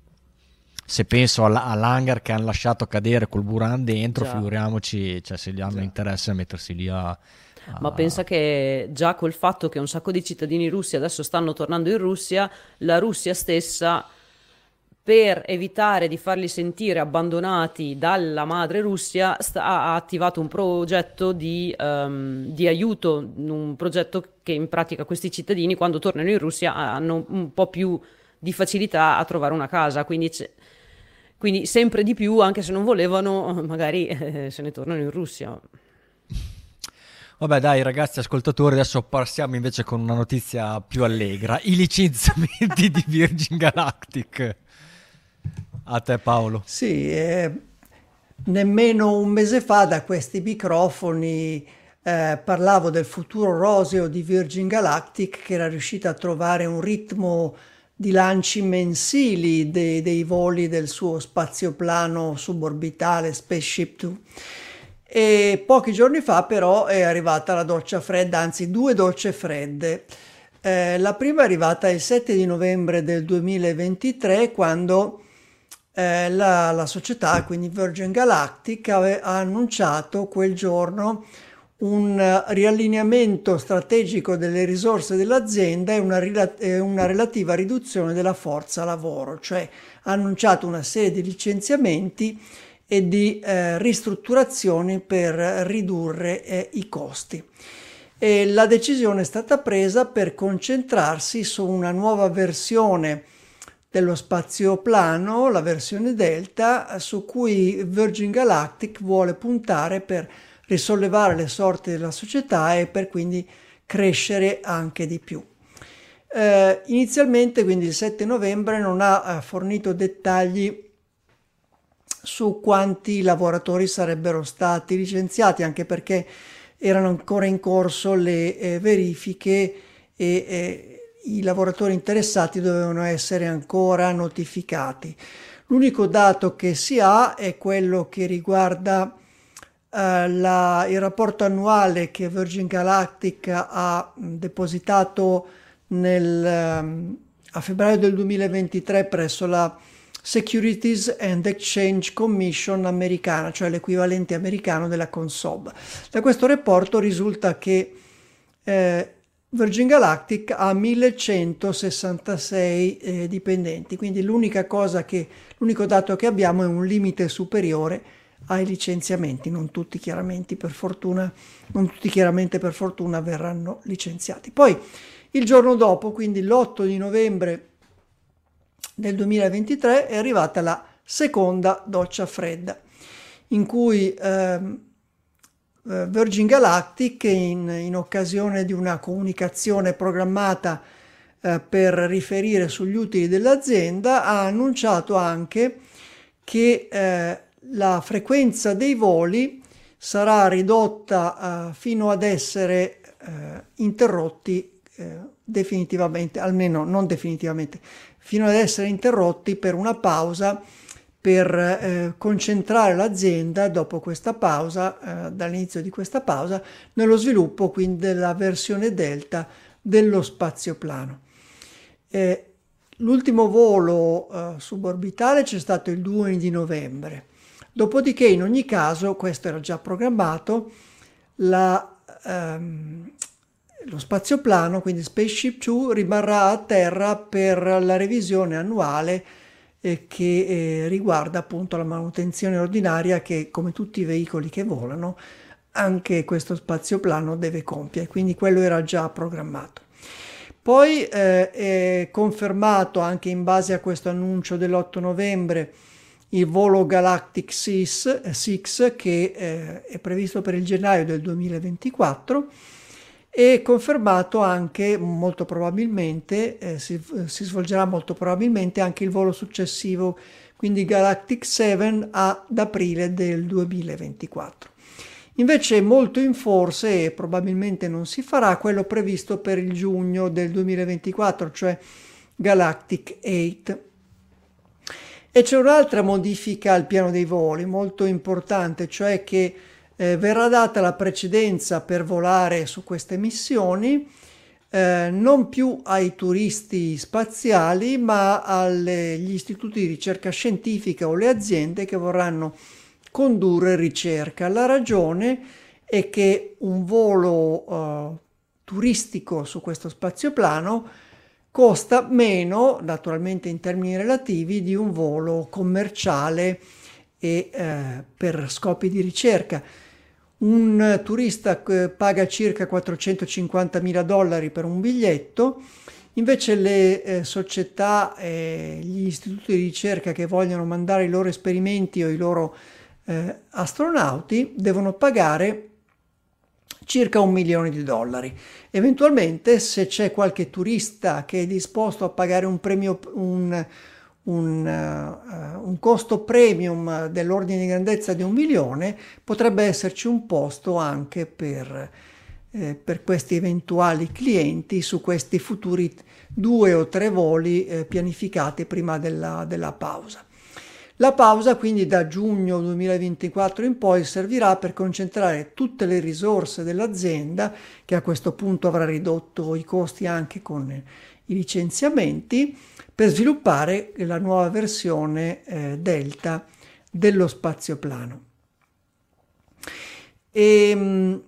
Speaker 1: se penso all- all'hangar che hanno lasciato cadere col Buran dentro,
Speaker 3: Già.
Speaker 1: figuriamoci, cioè, se gli hanno
Speaker 3: Già.
Speaker 1: interesse a mettersi lì a, a-
Speaker 3: Ma pensa che già col fatto che un sacco di cittadini russi adesso stanno tornando in Russia, la Russia stessa, per evitare di farli sentire abbandonati dalla madre Russia, sta- ha attivato un progetto di, ehm, di aiuto, un progetto che in pratica questi cittadini quando tornano in Russia hanno un po' più di facilità a trovare una casa, quindi, c'è- quindi sempre di più, anche se non volevano, magari eh, se ne tornano in Russia.
Speaker 1: Vabbè, dai, ragazzi ascoltatori, adesso passiamo invece con una notizia più allegra: i licenziamenti di Virgin Galactic. A te, Paolo.
Speaker 2: Sì, eh, nemmeno un mese fa da questi microfoni eh, parlavo del futuro roseo di Virgin Galactic, che era riuscita a trovare un ritmo di lanci mensili dei, dei voli del suo spazioplano suborbitale Spaceship due. E pochi giorni fa però è arrivata la doccia fredda, anzi due docce fredde. Eh, la prima è arrivata il sette di novembre del duemilaventitré, quando eh, la, la società, quindi Virgin Galactic, ave- ha annunciato quel giorno un eh, riallineamento strategico delle risorse dell'azienda e una, rila- e una relativa riduzione della forza lavoro, cioè ha annunciato una serie di licenziamenti e di eh, ristrutturazioni per ridurre eh, i costi. E la decisione è stata presa per concentrarsi su una nuova versione dello spazioplano, la versione Delta, su cui Virgin Galactic vuole puntare per risollevare le sorti della società e per quindi crescere anche di più. Eh, inizialmente, quindi il sette novembre, non ha eh, fornito dettagli su quanti lavoratori sarebbero stati licenziati, anche perché erano ancora in corso le eh, verifiche e eh, i lavoratori interessati dovevano essere ancora notificati. L'unico dato che si ha è quello che riguarda eh, la, il rapporto annuale che Virgin Galactic ha mh, depositato nel, um, a febbraio del duemilaventitré presso la Securities and Exchange Commission americana, cioè l'equivalente americano della Consob. Da questo reporto risulta che eh, Virgin Galactic ha millecentosessantasei eh, dipendenti, quindi l'unica cosa che, l'unico dato che abbiamo è un limite superiore ai licenziamenti. Non tutti chiaramente per fortuna, non tutti chiaramente per fortuna verranno licenziati. Poi il giorno dopo, quindi l'otto di novembre del duemilaventitré, è arrivata la seconda doccia fredda, in cui ehm, Virgin Galactic, in, in occasione di una comunicazione programmata eh, per riferire sugli utili dell'azienda, ha annunciato anche che eh, la frequenza dei voli sarà ridotta eh, fino ad essere eh, interrotti eh, definitivamente, almeno non definitivamente, fino ad essere interrotti per una pausa per eh, concentrare l'azienda dopo questa pausa, eh, dall'inizio di questa pausa, nello sviluppo quindi della versione Delta dello spazioplano. Eh, l'ultimo volo eh, suborbitale c'è stato il due di novembre, dopodiché in ogni caso, questo era già programmato, la, ehm, lo spazioplano, quindi Spaceship due, rimarrà a terra per la revisione annuale eh, che eh, riguarda appunto la manutenzione ordinaria che, come tutti i veicoli che volano, anche questo spazioplano deve compiere, quindi quello era già programmato. Poi eh, è confermato anche in base a questo annuncio dell'otto novembre il volo Galactic sei che eh, è previsto per il gennaio del duemilaventiquattro, e confermato anche molto probabilmente, eh, si, si svolgerà molto probabilmente anche il volo successivo, quindi Galactic sette ad aprile del duemilaventiquattro. Invece molto in forse, e probabilmente non si farà, quello previsto per il giugno del duemilaventiquattro, cioè Galactic otto. E c'è un'altra modifica al piano dei voli molto importante, cioè che eh, verrà data la precedenza per volare su queste missioni eh, non più ai turisti spaziali, ma agli istituti di ricerca scientifica o le aziende che vorranno condurre ricerca. La ragione è che un volo uh, turistico su questo spazioplano costa meno, naturalmente in termini relativi, di un volo commerciale e eh, per scopi di ricerca. Un turista eh, paga circa quattrocentocinquantamila dollari per un biglietto, invece le eh, società e gli istituti di ricerca che vogliono mandare i loro esperimenti o i loro Eh, astronauti devono pagare circa un milione di dollari. Eventualmente, se c'è qualche turista che è disposto a pagare un premio, un, un, uh, un costo premium dell'ordine di grandezza di un milione, potrebbe esserci un posto anche per, eh, per questi eventuali clienti su questi futuri due o tre voli eh, pianificati prima della, della pausa. La pausa quindi da giugno duemilaventiquattro in poi servirà per concentrare tutte le risorse dell'azienda, che a questo punto avrà ridotto i costi anche con i licenziamenti, per sviluppare la nuova versione eh, Delta dello spazioplano. E, mh,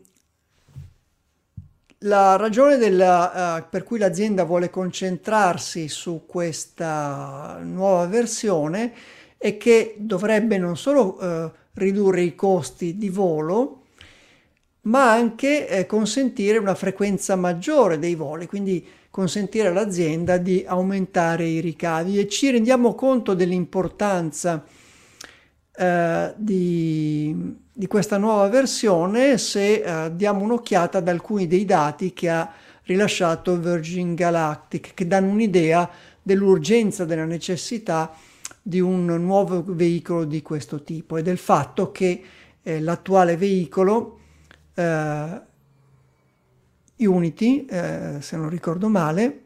Speaker 2: la ragione della, uh, per cui l'azienda vuole concentrarsi su questa nuova versione è che dovrebbe non solo eh, ridurre i costi di volo, ma anche eh, consentire una frequenza maggiore dei voli, quindi consentire all'azienda di aumentare i ricavi. E ci rendiamo conto dell'importanza eh, di, di questa nuova versione se eh, diamo un'occhiata ad alcuni dei dati che ha rilasciato Virgin Galactic, che danno un'idea dell'urgenza, della necessità di un nuovo veicolo di questo tipo e del fatto che eh, l'attuale veicolo eh, Unity, eh, se non ricordo male,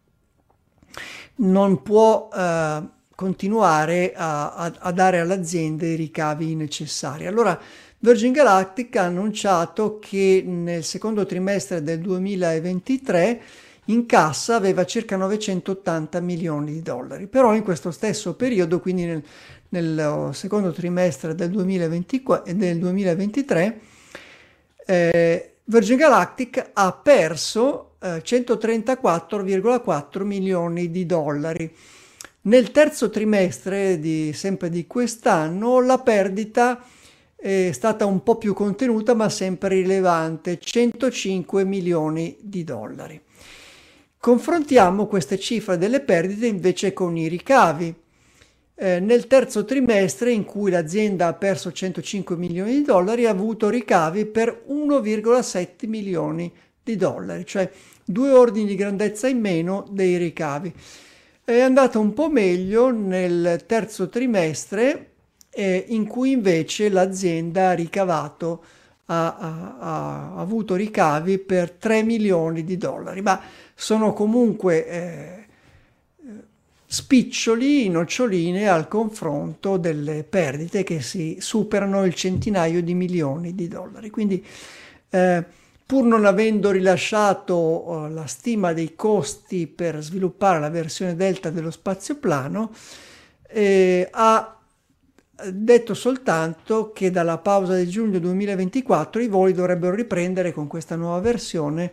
Speaker 2: non può eh, continuare a, a, a dare all'azienda i ricavi necessari. Allora Virgin Galactic ha annunciato che nel secondo trimestre del duemilaventitré in cassa aveva circa novecentottanta milioni di dollari, però in questo stesso periodo, quindi nel, nel secondo trimestre del, duemilaventiquattro, del duemilaventitré, eh, Virgin Galactic ha perso eh, centotrentaquattro virgola quattro milioni di dollari. Nel terzo trimestre di, sempre di quest'anno la perdita è stata un po' più contenuta ma sempre rilevante, centocinque milioni di dollari. Confrontiamo queste cifre delle perdite invece con i ricavi. Eh, nel terzo trimestre, in cui l'azienda ha perso centocinque milioni di dollari, ha avuto ricavi per uno virgola sette milioni di dollari, cioè due ordini di grandezza in meno dei ricavi. È andato un po' meglio nel terzo trimestre, eh, in cui invece l'azienda ha ricavato, ha, ha, ha avuto ricavi per tre milioni di dollari, ma sono comunque eh, spiccioli, noccioline al confronto delle perdite che si superano il centinaio di milioni di dollari. Quindi eh, pur non avendo rilasciato eh, la stima dei costi per sviluppare la versione Delta dello spazioplano, eh, ha detto soltanto che dalla pausa di giugno duemilaventiquattro i voli dovrebbero riprendere con questa nuova versione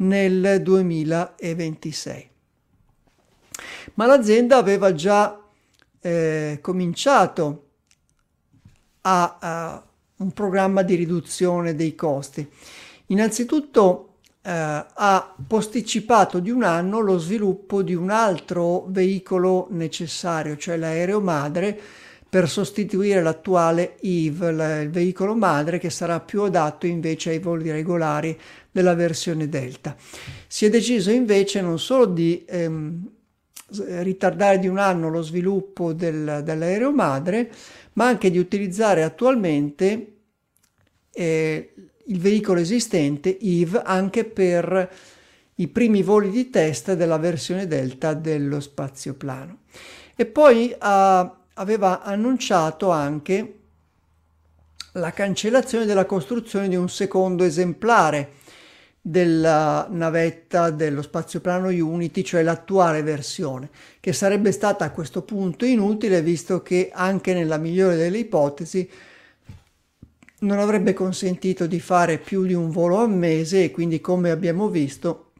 Speaker 2: nel duemilaventisei. Ma l'azienda aveva già eh, cominciato a, a un programma di riduzione dei costi. Innanzitutto eh, ha posticipato di un anno lo sviluppo di un altro veicolo necessario, cioè l'aereo madre, per sostituire l'attuale I V, il veicolo madre che sarà più adatto invece ai voli regolari della versione Delta. Si è deciso invece non solo di ehm, ritardare di un anno lo sviluppo del, dell'aereo madre, ma anche di utilizzare attualmente eh, il veicolo esistente I V anche per i primi voli di test della versione Delta dello spazioplano. E poi ha aveva annunciato anche la cancellazione della costruzione di un secondo esemplare della navetta dello spazioplano Unity, cioè l'attuale versione, che sarebbe stata a questo punto inutile, visto che anche nella migliore delle ipotesi non avrebbe consentito di fare più di un volo al mese e quindi, come abbiamo visto,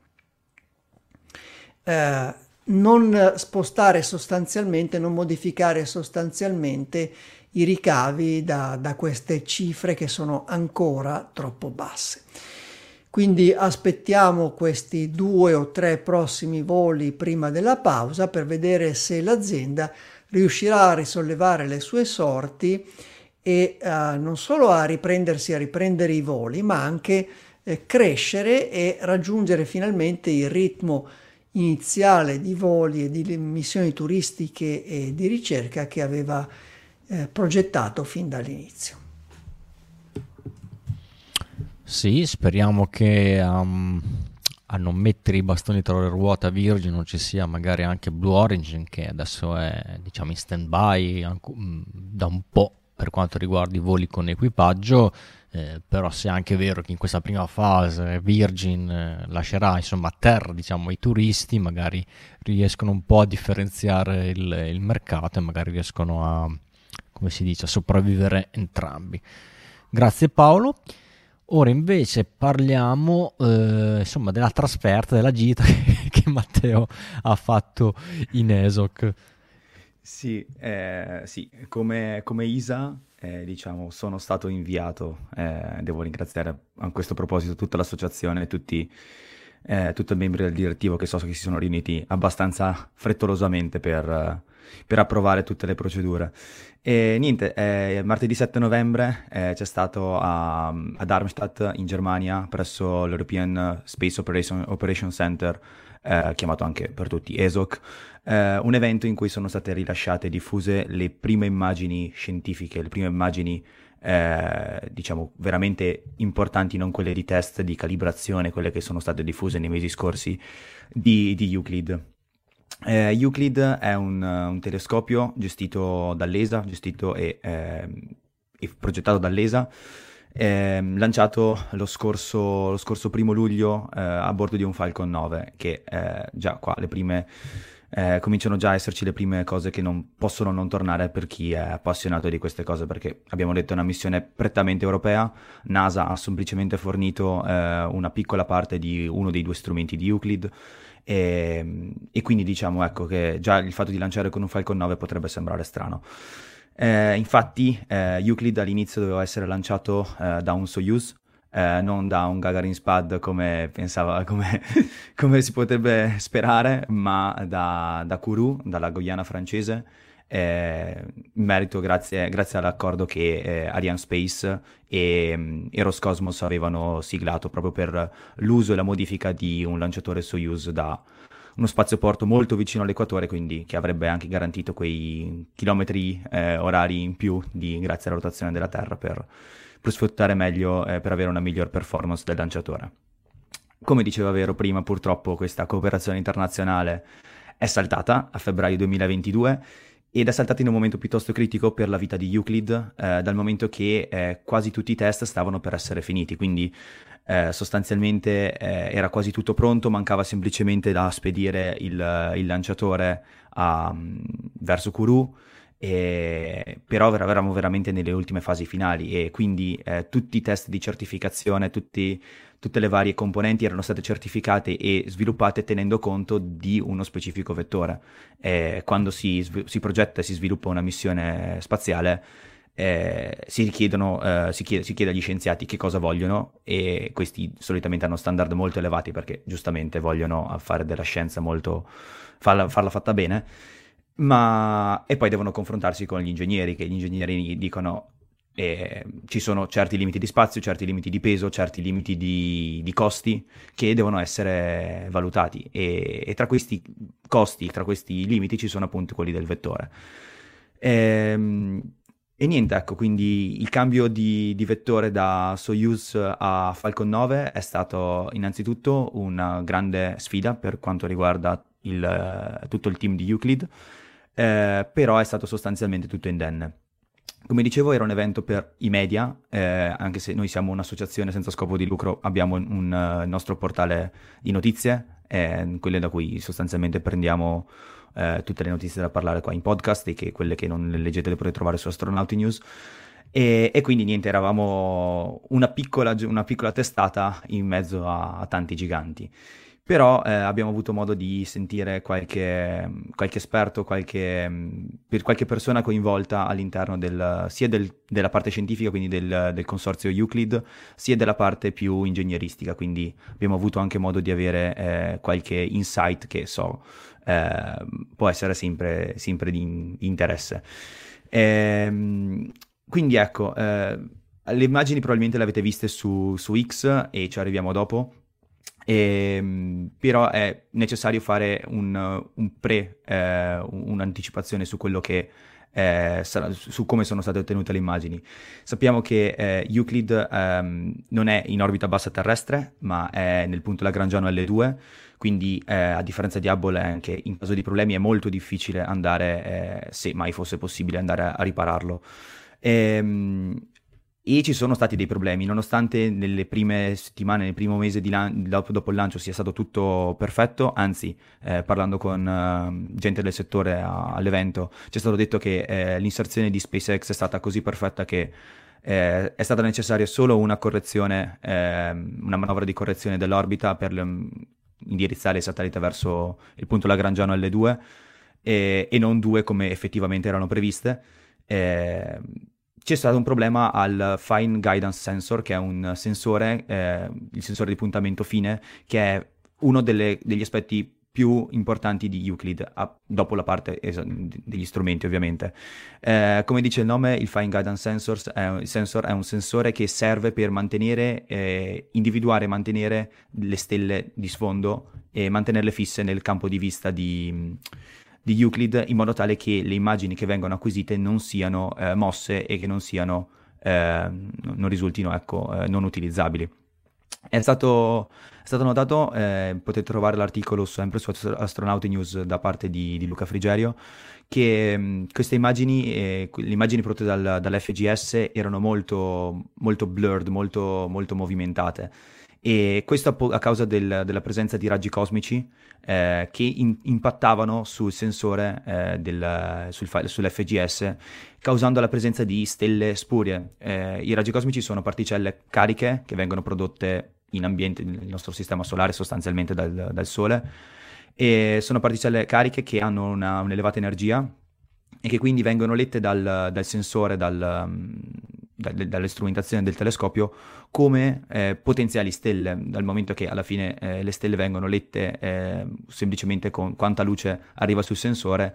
Speaker 2: eh, non spostare sostanzialmente, non modificare sostanzialmente i ricavi da, da queste cifre che sono ancora troppo basse. Quindi aspettiamo questi due o tre prossimi voli prima della pausa per vedere se l'azienda riuscirà a risollevare le sue sorti e uh, non solo a riprendersi a riprendere i voli, ma anche eh, crescere e raggiungere finalmente il ritmo iniziale di voli e di missioni turistiche e di ricerca che aveva eh, progettato fin dall'inizio.
Speaker 1: Sì, speriamo che um, a non mettere i bastoni tra le ruote a Virgin non ci sia magari anche Blue Origin, che adesso è, diciamo, in stand-by anche, um, da un po' per quanto riguarda i voli con equipaggio. Eh, però se è anche vero che in questa prima fase Virgin eh, lascerà insomma a terra, diciamo, i turisti, magari riescono un po' a differenziare il, il mercato e magari riescono a, come si dice, a sopravvivere entrambi. Grazie Paolo. Ora invece parliamo eh, insomma della trasferta, della gita che, che Matteo ha fatto in E S O C.
Speaker 4: Sì, eh, sì, come, come I S A, eh, diciamo, sono stato inviato, eh, devo ringraziare a questo proposito tutta l'associazione, tutti, eh, tutti i membri del direttivo che so che si sono riuniti abbastanza frettolosamente per, per approvare tutte le procedure. E niente, eh, martedì sette novembre eh, c'è stato a, a Darmstadt in Germania, presso l'European Space Operation, Operation Center, eh, chiamato anche per tutti E S O C, eh, un evento in cui sono state rilasciate e diffuse le prime immagini scientifiche, le prime immagini eh, diciamo veramente importanti, non quelle di test, di calibrazione, quelle che sono state diffuse nei mesi scorsi di, di Euclid. Eh, Euclid è un, un telescopio gestito dall'E S A, gestito e, eh, e progettato dall'E S A, eh, lanciato lo scorso, lo scorso primo luglio eh, a bordo di un Falcon nove, che eh, già qua le prime eh, cominciano già a esserci le prime cose che non possono non tornare per chi è appassionato di queste cose, perché abbiamo detto è una missione prettamente europea. NASA ha semplicemente fornito eh, una piccola parte di uno dei due strumenti di Euclid. E, e quindi diciamo ecco che già il fatto di lanciare con un Falcon nove potrebbe sembrare strano. Eh, infatti eh, Euclid all'inizio doveva essere lanciato eh, da un Soyuz, eh, non da un Gagarin Spad come pensava, come, come si potrebbe sperare, ma da, da Kourou, dalla Guyana francese, eh, in merito grazie, grazie all'accordo che eh, Arianespace e, e Roscosmos avevano siglato proprio per l'uso e la modifica di un lanciatore Soyuz da uno spazioporto molto vicino all'equatore, quindi che avrebbe anche garantito quei chilometri eh, orari in più di, grazie alla rotazione della Terra per, per sfruttare meglio, eh, per avere una miglior performance del lanciatore. Come diceva Vero prima, purtroppo questa cooperazione internazionale è saltata a febbraio duemilaventidue ed è saltata in un momento piuttosto critico per la vita di Euclid, eh, dal momento che eh, quasi tutti i test stavano per essere finiti, quindi eh, sostanzialmente eh, era quasi tutto pronto, mancava semplicemente da spedire il, il lanciatore a, verso Kourou, E, però eravamo veramente nelle ultime fasi finali e quindi eh, tutti i test di certificazione, tutti, tutte le varie componenti erano state certificate e sviluppate tenendo conto di uno specifico vettore. E quando si, si progetta e si sviluppa una missione spaziale, eh, si richiedono, eh, si chiede, si chiede agli scienziati che cosa vogliono, e questi solitamente hanno standard molto elevati perché giustamente vogliono fare della scienza molto, farla, farla fatta bene. Ma e poi devono confrontarsi con gli ingegneri, che gli ingegneri dicono eh, ci sono certi limiti di spazio, certi limiti di peso, certi limiti di, di costi che devono essere valutati, e, e tra questi costi, tra questi limiti ci sono appunto quelli del vettore. Ehm, E, niente, ecco, quindi il cambio di, di vettore da Soyuz a Falcon nove è stato innanzitutto una grande sfida per quanto riguarda il, tutto il team di Euclid, eh, però è stato sostanzialmente tutto indenne. Come dicevo, era un evento per i media, eh, anche se noi siamo un'associazione senza scopo di lucro, abbiamo un, un uh, nostro portale di notizie, eh, quelle da cui sostanzialmente prendiamo eh, tutte le notizie da parlare qua in podcast, e che quelle che non le leggete le potete trovare su Astronauti News. E, e quindi niente, eravamo una piccola, una piccola testata in mezzo a, a tanti giganti. Però eh, abbiamo avuto modo di sentire qualche, qualche esperto, qualche, per qualche persona coinvolta all'interno del, sia del, della parte scientifica, quindi del, del consorzio Euclid, sia della parte più ingegneristica, quindi abbiamo avuto anche modo di avere eh, qualche insight che so eh, può essere sempre, sempre di interesse. Ehm, quindi ecco, eh, le immagini probabilmente le avete viste su, su X e ci arriviamo dopo. E, però è necessario fare un, un pre, eh, un'anticipazione su quello che eh, sarà, su come sono state ottenute le immagini. Sappiamo che eh, Euclid ehm, non è in orbita bassa terrestre, ma è nel punto Lagrangiano L due, quindi eh, a differenza di Hubble, anche in caso di problemi è molto difficile andare, eh, se mai fosse possibile, andare a, a ripararlo. Ehm, E ci sono stati dei problemi, nonostante nelle prime settimane, nel primo mese di lan- dopo, dopo il lancio sia stato tutto perfetto, anzi, eh, parlando con eh, gente del settore a- all'evento, ci è stato detto che eh, l'inserzione di SpaceX è stata così perfetta che eh, è stata necessaria solo una correzione, eh, una manovra di correzione dell'orbita per l- indirizzare il satellite verso il punto Lagrangiano L due, e, e non due come effettivamente erano previste. Eh, C'è stato un problema al Fine Guidance Sensor, che è un sensore, eh, il sensore di puntamento fine, che è uno delle- degli aspetti più importanti di Euclid, a- dopo la parte es- degli strumenti ovviamente. Eh, come dice il nome, il Fine Guidance Sensors è, sensor è un sensore che serve per mantenere, eh, individuare e mantenere le stelle di sfondo e mantenerle fisse nel campo di vista di di Euclid, in modo tale che le immagini che vengono acquisite non siano eh, mosse e che non siano eh, non risultino, ecco, eh, non utilizzabili. È stato, è stato notato, eh, potete trovare l'articolo sempre su Astronauti News da parte di, di Luca Frigerio, che mh, queste immagini, eh, le immagini prodotte dal, dall'F G S erano molto, molto blurred, molto, molto movimentate. E questo a, po- a causa del- della presenza di raggi cosmici eh, che in- impattavano sul sensore eh, del, sul fa- sull'F G S, causando la presenza di stelle spurie. Eh, I raggi cosmici sono particelle cariche che vengono prodotte in ambiente, nel nostro sistema solare, sostanzialmente dal, dal Sole, e sono particelle cariche che hanno una, un'elevata energia e che quindi vengono lette dal, dal sensore, dal, um, da- de- dalle strumentazioni del telescopio come eh, potenziali stelle, dal momento che alla fine eh, le stelle vengono lette eh, semplicemente con quanta luce arriva sul sensore.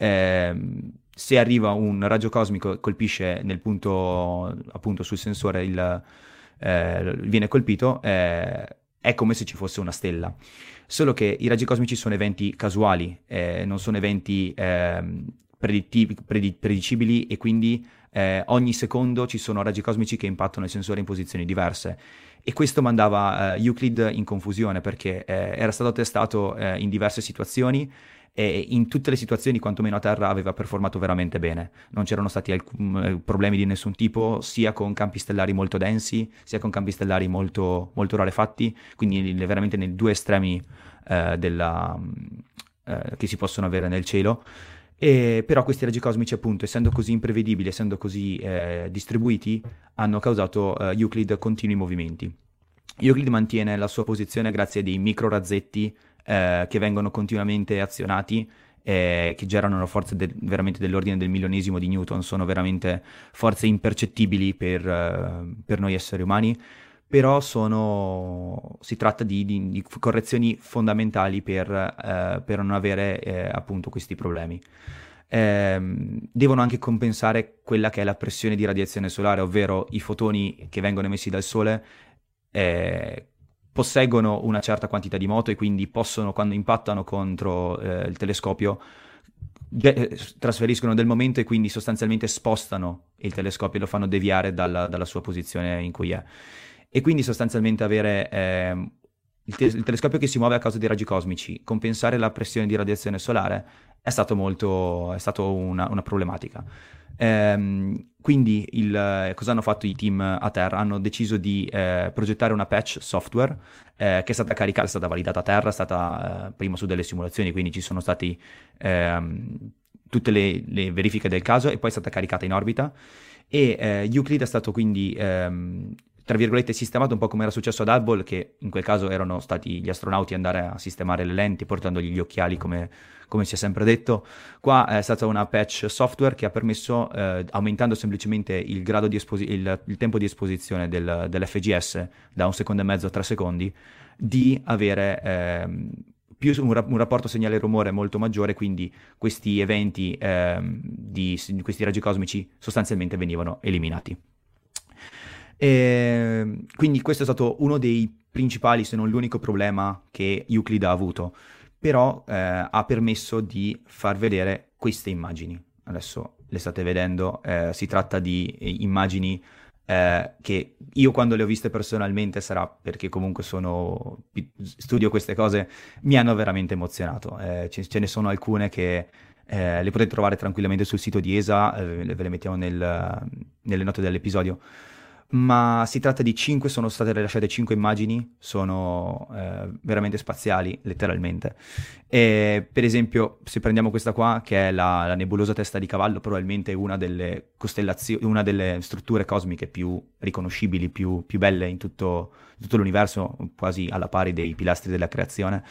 Speaker 4: ehm, Se arriva un raggio cosmico e colpisce nel punto, appunto sul sensore, il, eh, viene colpito, eh, è come se ci fosse una stella. Solo che i raggi cosmici sono eventi casuali, eh, non sono eventi ehm, preditti- predi- predicibili, e quindi eh, ogni secondo ci sono raggi cosmici che impattano il sensore in posizioni diverse. E questo mandava eh, Euclid in confusione, perché eh, era stato testato eh, in diverse situazioni, e in tutte le situazioni, quantomeno a terra, aveva performato veramente bene. Non c'erano stati alcun, problemi di nessun tipo, sia con campi stellari molto densi, sia con campi stellari molto, molto rarefatti, quindi veramente nei due estremi eh, della, eh, che si possono avere nel cielo. E, però questi raggi cosmici, appunto, essendo così imprevedibili, essendo così eh, distribuiti, hanno causato eh, Euclid continui movimenti. Euclid mantiene la sua posizione grazie a dei micro razzetti eh, che vengono continuamente azionati, eh, che generano una forza de- veramente dell'ordine del milionesimo di Newton. Sono veramente forze impercettibili per, eh, per noi esseri umani, però sono, si tratta di, di- di correzioni fondamentali per, eh, per non avere eh, appunto questi problemi. Ehm, devono anche compensare quella che è la pressione di radiazione solare, ovvero i fotoni che vengono emessi dal Sole eh, posseggono una certa quantità di moto e quindi possono, quando impattano contro eh, il telescopio, ge- eh, trasferiscono del momento e quindi sostanzialmente spostano il telescopio e lo fanno deviare dalla, dalla sua posizione in cui è. E quindi sostanzialmente avere ehm, il, te- il telescopio che si muove a causa dei raggi cosmici, compensare la pressione di radiazione solare è stato molto, è stato una, una problematica. Ehm, quindi il, eh, cosa hanno fatto i team a terra? Hanno deciso di eh, progettare una patch software eh, che è stata caricata, è stata validata a terra, è stata eh, prima su delle simulazioni, quindi ci sono stati ehm, tutte le, le verifiche del caso e poi è stata caricata in orbita. E eh, Euclid è stato quindi, ehm, tra virgolette, sistemato un po' come era successo ad Hubble, che in quel caso erano stati gli astronauti ad andare a sistemare le lenti, portandogli gli occhiali, come, come si è sempre detto. Qua è stata una patch software che ha permesso, eh, aumentando semplicemente il, grado di esposi- il, il tempo di esposizione del, dell'F G S da un secondo e mezzo a tre secondi, di avere ehm, più un, ra- un rapporto segnale-rumore molto maggiore, quindi questi eventi ehm, di, di questi raggi cosmici sostanzialmente venivano eliminati. E quindi questo è stato uno dei principali, se non l'unico problema che Euclid ha avuto, però eh, ha permesso di far vedere queste immagini. Adesso le state vedendo, eh, si tratta di eh, immagini eh, che io quando le ho viste personalmente, sarà perché comunque sono, studio queste cose, mi hanno veramente emozionato. Eh, ce, ce ne sono alcune che eh, le potete trovare tranquillamente sul sito di E S A, eh, ve le mettiamo nel, nelle note dell'episodio. Ma si tratta di cinque, sono state rilasciate cinque immagini, sono eh, veramente spaziali, letteralmente. E, per esempio, se prendiamo questa qua, che è la, la nebulosa testa di cavallo, probabilmente una delle costellazioni, una delle strutture cosmiche più riconoscibili, più, più belle in tutto, tutto l'universo, quasi alla pari dei pilastri della creazione.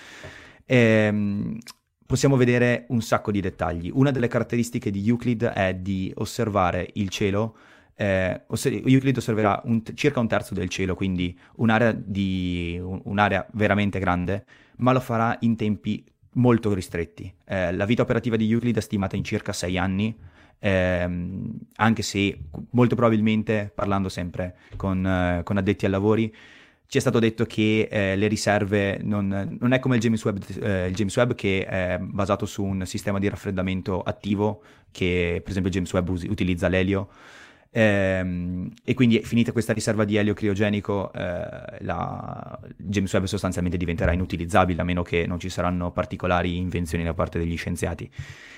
Speaker 4: E, possiamo vedere un sacco di dettagli. Una delle caratteristiche di Euclid è di osservare il cielo. Eh, Euclid osserverà un, circa un terzo del cielo, quindi un'area, di, un, un'area veramente grande, ma lo farà in tempi molto ristretti. Eh, la vita operativa di Euclid è stimata in circa sei anni, ehm, anche se molto probabilmente, parlando sempre con, eh, con addetti ai lavori, ci è stato detto che eh, le riserve non, non è come il James Webb, eh, il James Webb che è basato su un sistema di raffreddamento attivo, che per esempio il James Webb us- utilizza l'elio. Ehm, e quindi finita questa riserva di elio criogenico, eh, la James Webb sostanzialmente diventerà inutilizzabile, a meno che non ci saranno particolari invenzioni da parte degli scienziati.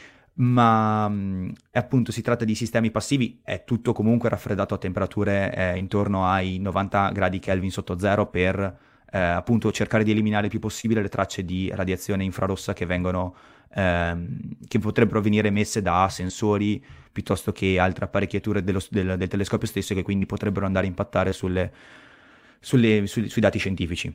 Speaker 4: Ma mh, appunto si tratta di sistemi passivi, è tutto comunque raffreddato a temperature eh, intorno ai novanta gradi Kelvin sotto zero, per eh, appunto cercare di eliminare il più possibile le tracce di radiazione infrarossa che vengono ehm, che potrebbero venire emesse da sensori piuttosto che altre apparecchiature dello, del, del telescopio stesso, che quindi potrebbero andare a impattare sulle, sulle, sui, sui dati scientifici.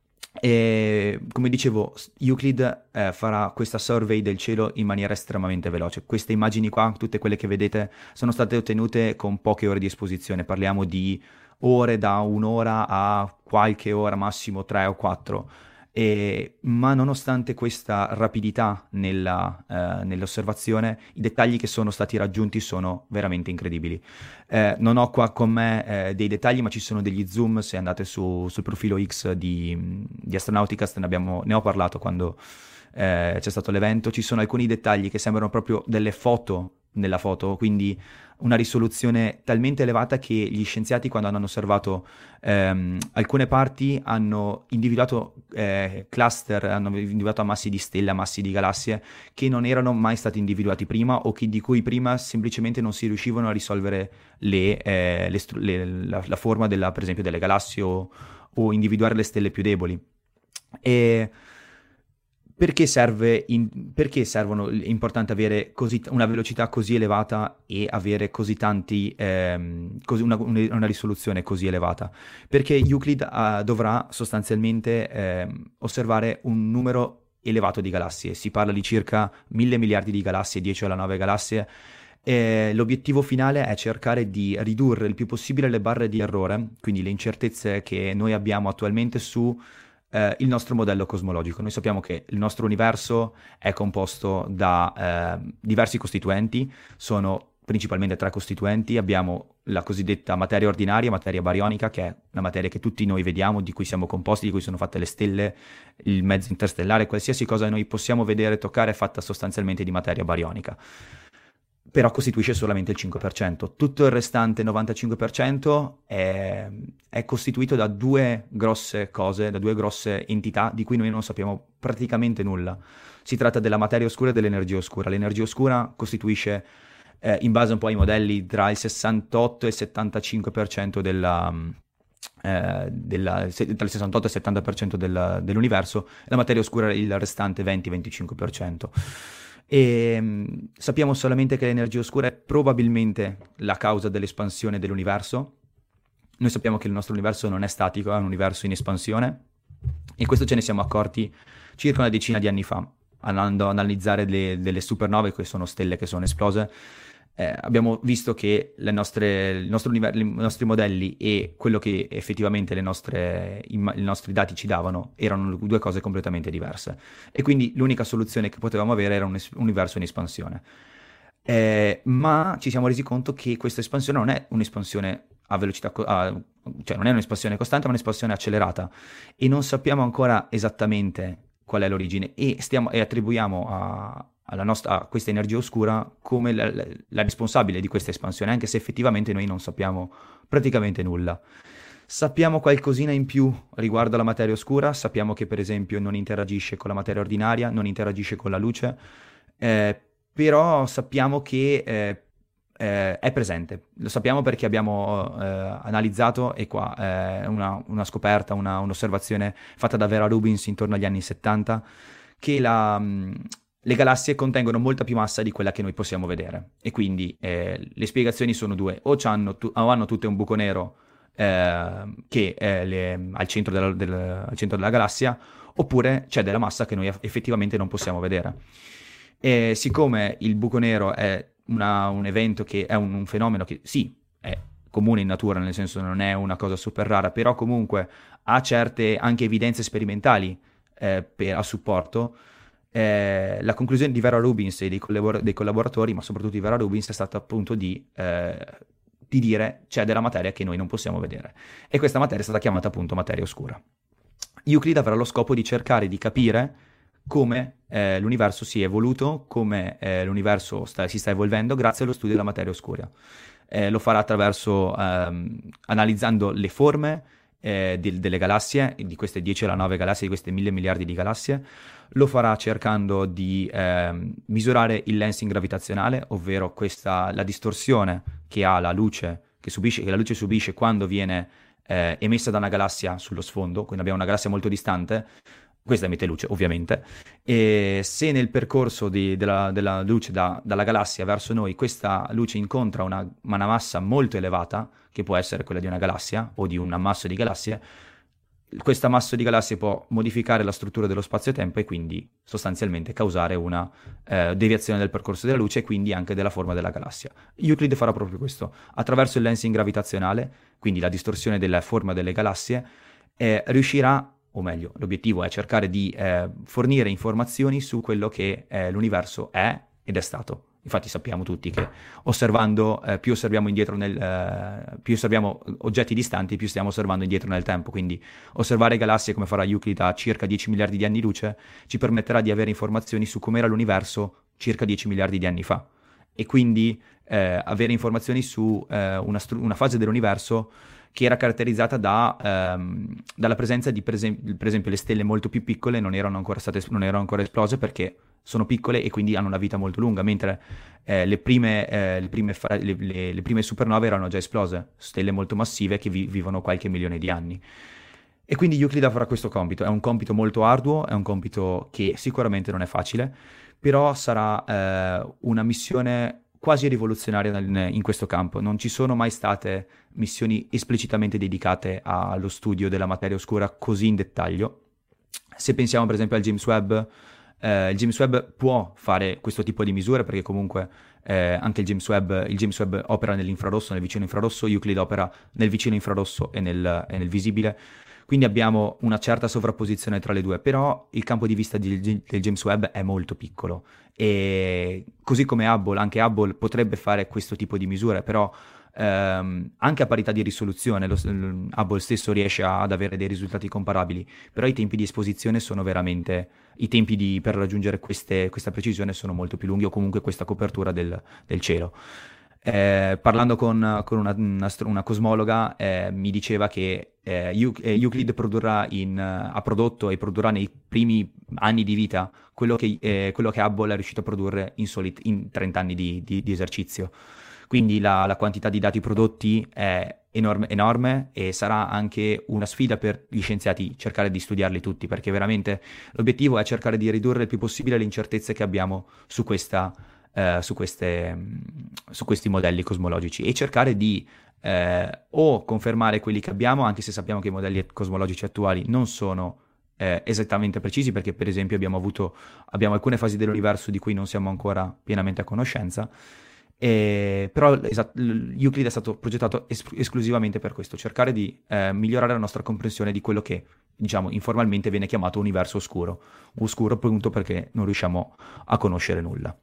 Speaker 4: E come dicevo, Euclid eh, farà questa survey del cielo in maniera estremamente veloce. Queste immagini qua, tutte quelle che vedete, sono state ottenute con poche ore di esposizione. Parliamo di ore, da un'ora a qualche ora, massimo tre o quattro. E, ma nonostante questa rapidità nella, eh, nell'osservazione, i dettagli che sono stati raggiunti sono veramente incredibili. Eh, non ho qua con me eh, dei dettagli, ma ci sono degli zoom. Se andate su, sul profilo X di, di Astronauticast, ne, abbiamo, ne ho parlato quando eh, c'è stato l'evento. Ci sono alcuni dettagli che sembrano proprio delle foto nella foto, quindi una risoluzione talmente elevata che gli scienziati, quando hanno osservato ehm, alcune parti, hanno individuato eh, cluster, hanno individuato ammassi di stelle, ammassi di galassie che non erano mai stati individuati prima, o che, di cui prima semplicemente non si riuscivano a risolvere le, eh, le stru- le, la, la forma della, per esempio, delle galassie, o, o individuare le stelle più deboli. E perché serve in, perché servono, è importante avere così, una velocità così elevata e avere così tanti, ehm, così una, una risoluzione così elevata? Perché Euclid uh, dovrà sostanzialmente ehm, osservare un numero elevato di galassie, si parla di circa mille miliardi di galassie, dieci alla nove galassie. E l'obiettivo finale è cercare di ridurre il più possibile le barre di errore, quindi le incertezze che noi abbiamo attualmente su eh, il nostro modello cosmologico. Noi sappiamo che il nostro universo è composto da eh, diversi costituenti, sono principalmente tre costituenti. Abbiamo la cosiddetta materia ordinaria, materia barionica, che è la materia che tutti noi vediamo, di cui siamo composti, di cui sono fatte le stelle, il mezzo interstellare, qualsiasi cosa noi possiamo vedere e toccare è fatta sostanzialmente di materia barionica. Però costituisce solamente il cinque per cento. Tutto il restante novantacinque per cento è, è costituito da due grosse cose, da due grosse entità di cui noi non sappiamo praticamente nulla. Si tratta della materia oscura e dell'energia oscura. L'energia oscura costituisce, eh, in base un po' ai modelli, tra il sessantotto e il settantacinque per cento della... Eh, della, se, tra il sessantotto e il settanta per cento del, dell'universo, la materia oscura il restante venti venticinque per cento. E mh, sappiamo solamente che l'energia oscura è probabilmente la causa dell'espansione dell'universo. Noi sappiamo che il nostro universo non è statico, è un universo in espansione, e questo ce ne siamo accorti circa una decina di anni fa, andando ad analizzare le, delle supernove, che sono stelle che sono esplose. Eh, abbiamo visto che le nostre, il nostro univer- i nostri modelli e quello che effettivamente le nostre, i, i nostri dati ci davano erano due cose completamente diverse, e quindi l'unica soluzione che potevamo avere era un es- universo in espansione. Eh, ma ci siamo resi conto che questa espansione non è un'espansione a velocità, co- a, cioè non è un'espansione costante, ma un'espansione accelerata, e non sappiamo ancora esattamente qual è l'origine, e, stiamo, e attribuiamo a alla nostra, a questa energia oscura come la, la, la responsabile di questa espansione, anche se effettivamente noi non sappiamo praticamente nulla. Sappiamo qualcosina in più riguardo alla materia oscura, sappiamo che per esempio non interagisce con la materia ordinaria, non interagisce con la luce, eh, però sappiamo che eh, eh, è presente. Lo sappiamo perché abbiamo eh, analizzato, e qua è eh, una, una scoperta, una, un'osservazione fatta da Vera Rubins intorno agli anni settanta, che la... Mh, le galassie contengono molta più massa di quella che noi possiamo vedere, e quindi eh, le spiegazioni sono due: o, c'hanno tu- o hanno tutte un buco nero eh, che è le- al, centro della, del, al centro della galassia, oppure c'è della massa che noi effettivamente non possiamo vedere. E siccome il buco nero è una, un evento che è un, un fenomeno che sì, è comune in natura, nel senso non è una cosa super rara, però comunque ha certe anche evidenze sperimentali eh, per, a supporto. Eh, la conclusione di Vera Rubins e dei, collabor- dei collaboratori, ma soprattutto di Vera Rubins, è stata appunto di, eh, di dire c'è della materia che noi non possiamo vedere, e questa materia è stata chiamata appunto materia oscura. Euclid avrà lo scopo di cercare di capire come eh, l'universo si è evoluto, come eh, l'universo sta, si sta evolvendo grazie allo studio della materia oscura. Eh, lo farà attraverso ehm, analizzando le forme eh, di, delle galassie, di queste dieci alla nove galassie, di queste mille miliardi di galassie. Lo farà cercando di eh, misurare il lensing gravitazionale, ovvero questa, la distorsione che ha la luce, che, subisce, che la luce subisce quando viene eh, emessa da una galassia sullo sfondo. Quindi abbiamo una galassia molto distante, questa emette luce ovviamente, e se nel percorso di, della, della luce da, dalla galassia verso noi questa luce incontra una, una massa molto elevata, che può essere quella di una galassia o di un ammasso di galassie, questa massa di galassie può modificare la struttura dello spazio-tempo e quindi sostanzialmente causare una eh, deviazione del percorso della luce, e quindi anche della forma della galassia. Euclid farà proprio questo. Attraverso il lensing gravitazionale, quindi la distorsione della forma delle galassie, eh, riuscirà, o meglio, l'obiettivo è cercare di eh, fornire informazioni su quello che eh, l'universo è ed è stato. Infatti sappiamo tutti che osservando, eh, più osserviamo indietro nel, eh, più osserviamo oggetti distanti, più stiamo osservando indietro nel tempo. Quindi osservare galassie, come farà Euclid a circa dieci miliardi di anni luce, ci permetterà di avere informazioni su com'era l'universo circa dieci miliardi di anni fa, e quindi eh, avere informazioni su eh, una, stru- una fase dell'universo che era caratterizzata da, ehm, dalla presenza di, per esempio, per esempio, le stelle molto più piccole non erano ancora state, non erano ancora esplose perché sono piccole e quindi hanno una vita molto lunga, mentre eh, le, prime, eh, le, prime fa- le, le, le prime supernove erano già esplose, stelle molto massive che vi- vivono qualche milione di anni. E quindi Euclid avrà questo compito. È un compito molto arduo, è un compito che sicuramente non è facile, però sarà eh, una missione quasi rivoluzionaria nel- in questo campo. Non ci sono mai state missioni esplicitamente dedicate allo studio della materia oscura così in dettaglio. Se pensiamo per esempio al James Webb, eh, il James Webb può fare questo tipo di misure perché comunque eh, anche il James Webb, il James Webb opera nell'infrarosso, nel vicino infrarosso, Euclid opera nel vicino infrarosso e nel, e nel visibile. Quindi abbiamo una certa sovrapposizione tra le due, però il campo di vista di- di- del James Webb è molto piccolo e così come Hubble, anche Hubble potrebbe fare questo tipo di misure, però ehm, anche a parità di risoluzione lo, l- Hubble stesso riesce a- ad avere dei risultati comparabili, però i tempi di esposizione sono veramente, i tempi di- per raggiungere queste- questa precisione sono molto più lunghi o comunque questa copertura del del cielo. Eh, parlando con, con una, una astro- una cosmologa, eh, mi diceva che eh, Eu- eh, Euclid produrrà in, eh, ha prodotto e produrrà nei primi anni di vita quello che, eh, quello che Hubble è riuscito a produrre in, soli, in trenta anni di, di- di esercizio. Quindi la, la quantità di dati prodotti è enorme, enorme e sarà anche una sfida per gli scienziati cercare di studiarli tutti, perché veramente l'obiettivo è cercare di ridurre il più possibile le incertezze che abbiamo su questa eh, su queste, mh, su questi modelli cosmologici e cercare di eh, o confermare quelli che abbiamo, anche se sappiamo che i modelli cosmologici attuali non sono eh, esattamente precisi, perché per esempio abbiamo avuto abbiamo alcune fasi dell'universo di cui non siamo ancora pienamente a conoscenza. E, però esat- l- Euclid è stato progettato es- esclusivamente per questo, cercare di eh, migliorare la nostra comprensione di quello che, diciamo, informalmente viene chiamato universo oscuro. Oscuro appunto perché non riusciamo a conoscere nulla.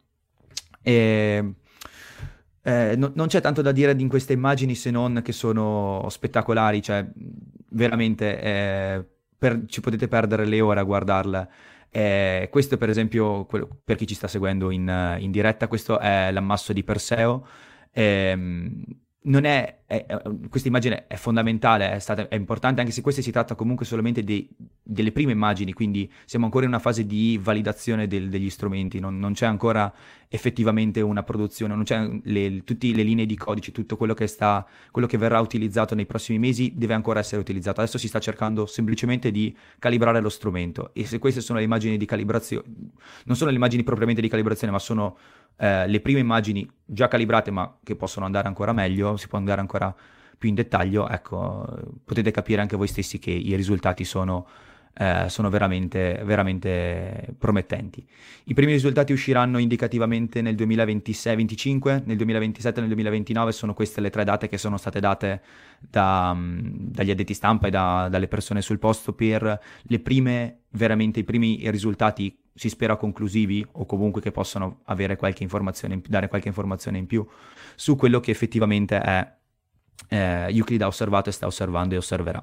Speaker 4: E, eh, no- non c'è tanto da dire in queste immagini se non che sono spettacolari, cioè veramente eh, per- ci potete perdere le ore a guardarle. Eh, questo per esempio, quello- per chi ci sta seguendo in, eh, in diretta, questo è l'ammasso di Perseo. Ehm, non è, è- è- questa immagine è fondamentale, è stata, è importante, anche se queste si tratta comunque solamente di- delle prime immagini, quindi siamo ancora in una fase di validazione del- degli strumenti, non, non c'è ancora effettivamente una produzione, non c'è le, tutte le linee di codice, tutto quello che sta, quello che verrà utilizzato nei prossimi mesi deve ancora essere utilizzato. Adesso si sta cercando semplicemente di calibrare lo strumento e se queste sono le immagini di calibrazione, non sono le immagini propriamente di calibrazione, ma sono eh, le prime immagini già calibrate ma che possono andare ancora meglio, si può andare ancora più in dettaglio, ecco, potete capire anche voi stessi che i risultati sono, eh, sono veramente, veramente promettenti. I primi risultati usciranno indicativamente nel duemilaventisei venticinque, nel duemilaventisette e nel duemilaventinove, sono queste le tre date che sono state date da, mh, dagli addetti stampa e da- dalle persone sul posto per le prime, veramente i primi risultati, si spera conclusivi o comunque che possano avere qualche informazione, in- dare qualche informazione in più su quello che effettivamente è eh, Euclid ha osservato e sta osservando e osserverà.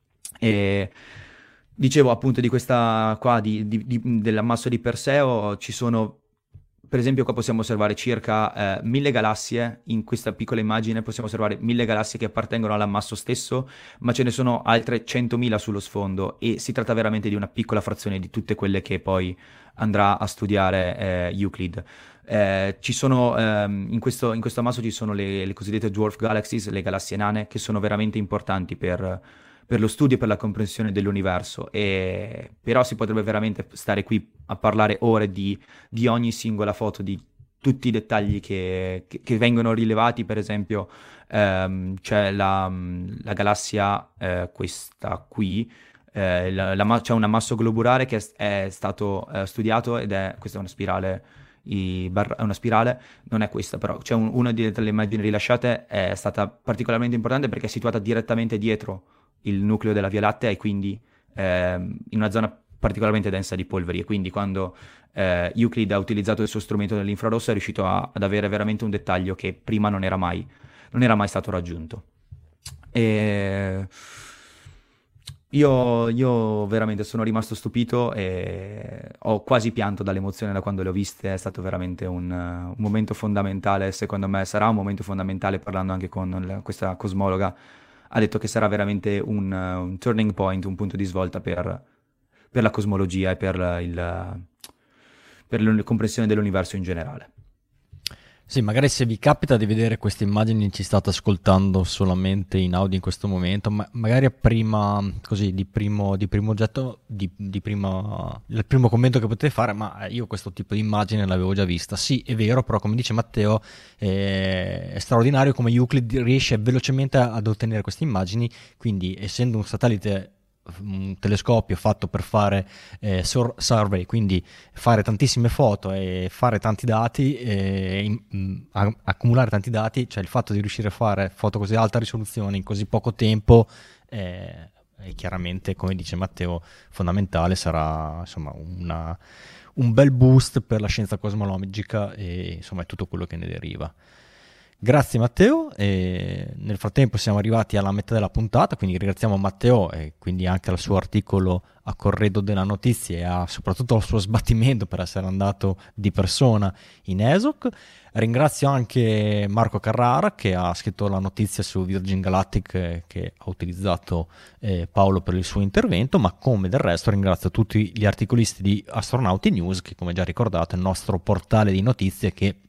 Speaker 4: E dicevo appunto di questa qua, di- di- di- dell'ammasso di Perseo, ci sono, per esempio qua possiamo osservare circa eh, mille galassie, in questa piccola immagine possiamo osservare mille galassie che appartengono all'ammasso stesso, ma ce ne sono altre centomila sullo sfondo e si tratta veramente di una piccola frazione di tutte quelle che poi andrà a studiare eh, Euclid. Eh, ci sono, ehm, in questo, in questo ammasso ci sono le, le cosiddette dwarf galaxies, le galassie nane, che sono veramente importanti per, per lo studio e per la comprensione dell'universo. E, però si potrebbe veramente stare qui a parlare ore di, di ogni singola foto, di tutti i dettagli che, che- che vengono rilevati. Per esempio, ehm, c'è la, la galassia, eh, questa qui. Eh, la- la ma- c'è un ammasso globulare che è, è stato eh, studiato ed è, questa è una spirale, i bar- è una spirale, non è questa però, c'è un- una di- delle immagini rilasciate è stata particolarmente importante perché è situata direttamente dietro il nucleo della Via Lattea e quindi ehm, in una zona particolarmente densa di polveri e quindi quando eh, Euclid ha utilizzato il suo strumento dell'infrarosso è riuscito a- ad avere veramente un dettaglio che prima non era mai, non era mai stato raggiunto. E... Io, io veramente sono rimasto stupito e ho quasi pianto dall'emozione da quando le ho viste, è stato veramente un, uh, un momento fondamentale, secondo me sarà un momento fondamentale, parlando anche con l- questa cosmologa, ha detto che sarà veramente un, uh, un turning point, un punto di svolta per, per la cosmologia e per, il, per la comprensione dell'universo in generale.
Speaker 1: Sì, magari se vi capita di vedere queste immagini, ci state ascoltando solamente in audio in questo momento, ma magari a prima, così, di primo, di primo oggetto, di, di prima, il primo commento che potete fare, ma io questo tipo di immagine l'avevo già vista. Sì, è vero, però come dice Matteo, eh, è straordinario come Euclid riesce velocemente ad ottenere queste immagini, quindi essendo un satellite, un telescopio fatto per fare eh, sur- survey, quindi fare tantissime foto e fare tanti dati, eh, in, mh, a- accumulare tanti dati, cioè il fatto di riuscire a fare foto così alta risoluzione in così poco tempo, eh, è chiaramente, come dice Matteo, fondamentale, sarà insomma una, un bel boost per la scienza cosmologica e insomma è tutto quello che ne deriva. Grazie Matteo, e nel frattempo siamo arrivati alla metà della puntata, quindi ringraziamo Matteo e quindi anche al suo articolo a corredo della notizia e a, soprattutto al suo sbattimento per essere andato di persona in E S O C. Ringrazio anche Marco Carrara che ha scritto la notizia su Virgin Galactic eh, che ha utilizzato eh, Paolo per il suo intervento, ma come del resto ringrazio tutti gli articolisti di Astronauti News che, come già ricordato, è il nostro portale di notizie che,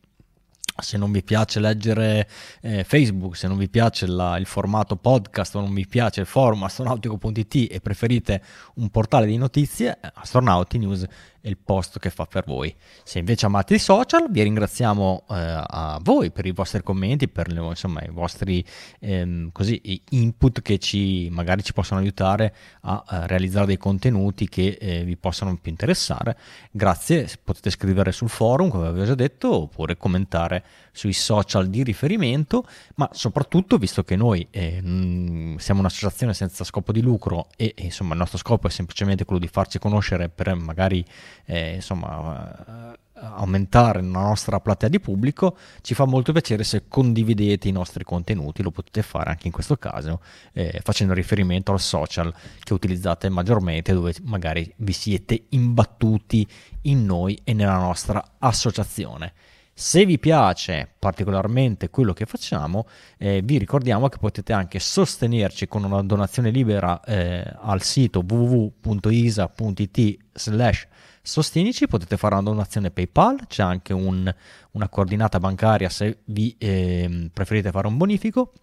Speaker 1: se non vi piace leggere eh, Facebook, se non vi piace la, il formato podcast o non vi piace il forum astronautico punto it e preferite un portale di notizie, Astronauti News è il posto che fa per voi. Se invece amate i social, vi ringraziamo eh, a voi per i vostri commenti, per le, insomma, i vostri ehm, così, input che ci magari ci possono aiutare a, a realizzare dei contenuti che eh, vi possano più interessare. Grazie, potete scrivere sul forum, come avevo già detto, oppure commentare sui social di riferimento, ma soprattutto, visto che noi eh, mh, siamo un'associazione senza scopo di lucro e, e insomma il nostro scopo è semplicemente quello di farci conoscere per magari eh, insomma eh, aumentare la nostra platea di pubblico, ci fa molto piacere se condividete i nostri contenuti. Lo potete fare anche in questo caso eh, facendo riferimento al social che utilizzate maggiormente, dove magari vi siete imbattuti in noi e nella nostra associazione. Se vi piace particolarmente quello che facciamo, eh, vi ricordiamo che potete anche sostenerci con una donazione libera eh, al sito w w w punto i s a punto it slash sostenici. Potete fare una donazione PayPal, c'è anche un, una coordinata bancaria se vi eh, preferite fare un bonifico.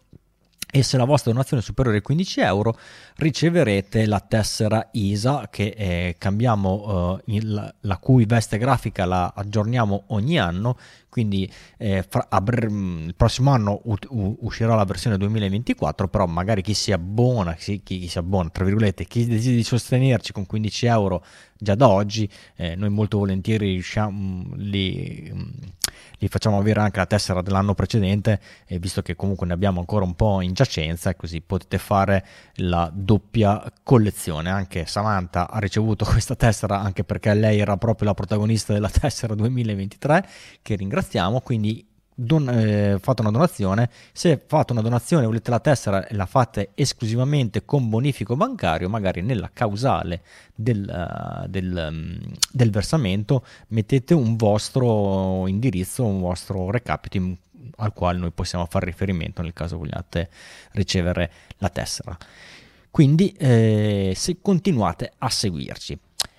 Speaker 1: E se la vostra donazione è superiore ai quindici euro riceverete la tessera I S A che eh, cambiamo, eh, il, la cui veste grafica la aggiorniamo ogni anno, quindi eh, fra, abr- il prossimo anno u- u- uscirà la versione duemilaventiquattro, però magari chi si abbona, chi, chi si abbona tra virgolette, chi decide di sostenerci con quindici euro già da oggi, eh, noi molto volentieri riusciamo, li, li facciamo avere anche la tessera dell'anno precedente, e visto che comunque ne abbiamo ancora un po' in giacenza, così potete fare la doppia collezione. Anche Samantha ha ricevuto questa tessera, anche perché lei era proprio la protagonista della tessera duemilaventitré, che ringraziamo. Quindi Don, eh, fate una donazione. Se fate una donazione e volete la tessera e la fate esclusivamente con bonifico bancario, magari nella causale del, uh, del, um, del versamento mettete un vostro indirizzo, un vostro recapito in, al quale noi possiamo fare riferimento nel caso vogliate ricevere la tessera. Quindi eh, se continuate a seguirci.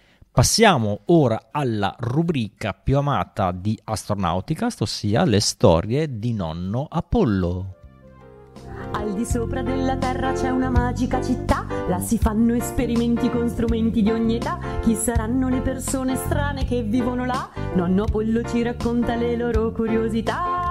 Speaker 1: Passiamo ora alla rubrica più amata di Astronauticast, ossia le storie di nonno Apollo.
Speaker 5: Al di sopra della terra c'è una magica città, là si fanno esperimenti con strumenti di ogni età. Chi saranno le persone strane che vivono là? Nonno Apollo ci racconta le loro curiosità.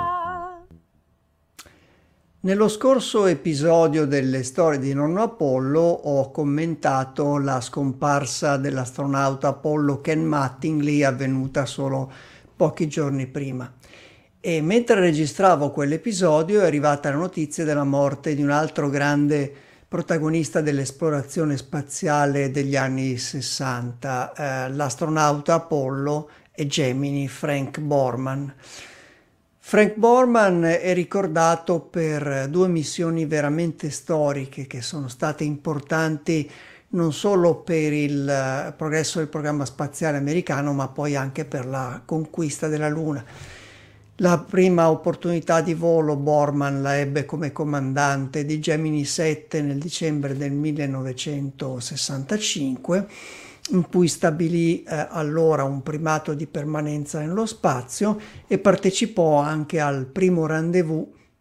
Speaker 2: Nello scorso episodio delle storie di nonno Apollo ho commentato la scomparsa dell'astronauta Apollo Ken Mattingly, avvenuta solo pochi giorni prima. E mentre registravo quell'episodio è arrivata la notizia della morte di un altro grande protagonista dell'esplorazione spaziale degli anni sessanta, eh, l'astronauta Apollo e Gemini Frank Borman. Frank Borman è ricordato per due missioni veramente storiche che sono state importanti non solo per il progresso del programma spaziale americano, ma poi anche per la conquista della Luna. La prima opportunità di volo Borman la ebbe come comandante di Gemini sette nel dicembre del millenovecentosessantacinque in cui stabilì eh, allora un primato di permanenza nello spazio e partecipò anche al primo rendezvous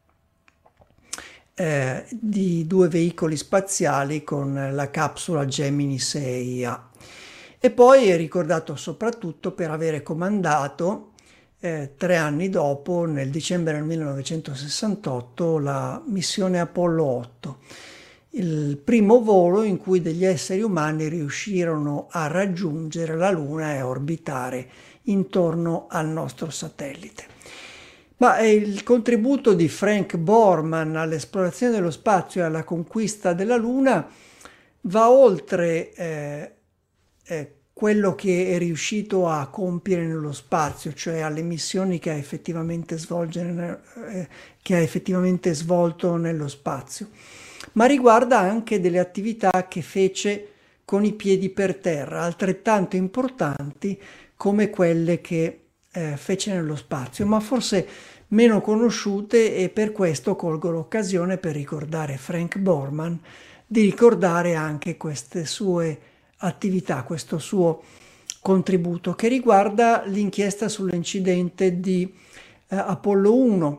Speaker 2: eh, di due veicoli spaziali con la capsula Gemini sei A. E poi è ricordato soprattutto per avere comandato eh, tre anni dopo, nel dicembre del millenovecentosessantotto, la missione Apollo otto. Il primo volo in cui degli esseri umani riuscirono a raggiungere la Luna e a orbitare intorno al nostro satellite. Ma il contributo di Frank Borman all'esplorazione dello spazio e alla conquista della Luna va oltre eh, eh, quello che è riuscito a compiere nello spazio, cioè alle missioni che ha effettivamente, svolgere, eh, che ha effettivamente svolto nello spazio, ma riguarda anche delle attività che fece con i piedi per terra, altrettanto importanti come quelle che eh, fece nello spazio, ma forse meno conosciute, e per questo colgo l'occasione per ricordare Frank Borman, di ricordare anche queste sue attività, questo suo contributo che riguarda l'inchiesta sull'incidente di eh, Apollo uno,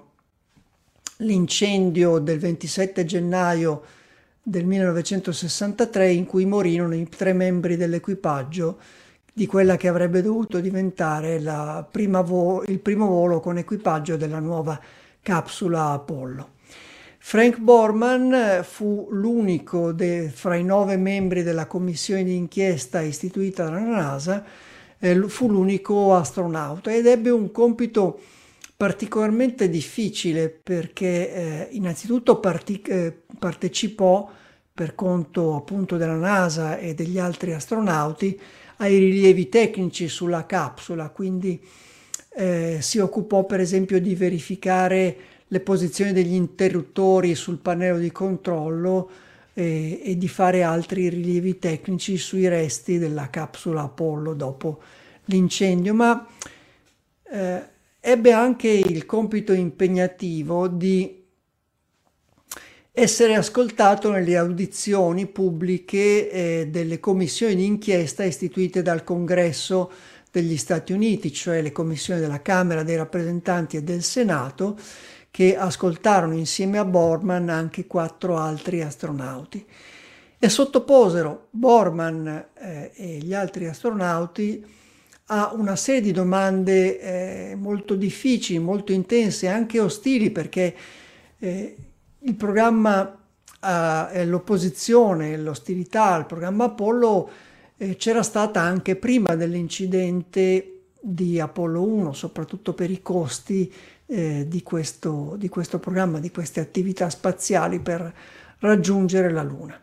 Speaker 2: l'incendio del ventisette gennaio del millenovecentosessantatré in cui morirono i tre membri dell'equipaggio di quella che avrebbe dovuto diventare la prima vo- il primo volo con equipaggio della nuova capsula Apollo. Frank Borman fu l'unico de- fra i nove membri della commissione di inchiesta istituita dalla NASA, eh, fu l'unico astronauta ed ebbe un compito particolarmente difficile perché eh, innanzitutto partic- eh, partecipò per conto appunto della NASA e degli altri astronauti ai rilievi tecnici sulla capsula, quindi eh, si occupò per esempio di verificare le posizioni degli interruttori sul pannello di controllo eh, e di fare altri rilievi tecnici sui resti della capsula Apollo dopo l'incendio, ma eh, ebbe anche il compito impegnativo di essere ascoltato nelle audizioni pubbliche eh, delle commissioni di inchiesta istituite dal Congresso degli Stati Uniti, cioè le commissioni della Camera dei Rappresentanti e del Senato, che ascoltarono insieme a Borman anche quattro altri astronauti e sottoposero Borman eh, e gli altri astronauti a una serie di domande eh, molto difficili, molto intense, anche ostili, perché eh, il programma, eh, l'opposizione, l'ostilità al programma Apollo eh, c'era stata anche prima dell'incidente di Apollo uno, soprattutto per i costi eh, di, questo, di questo programma, di queste attività spaziali per raggiungere la Luna.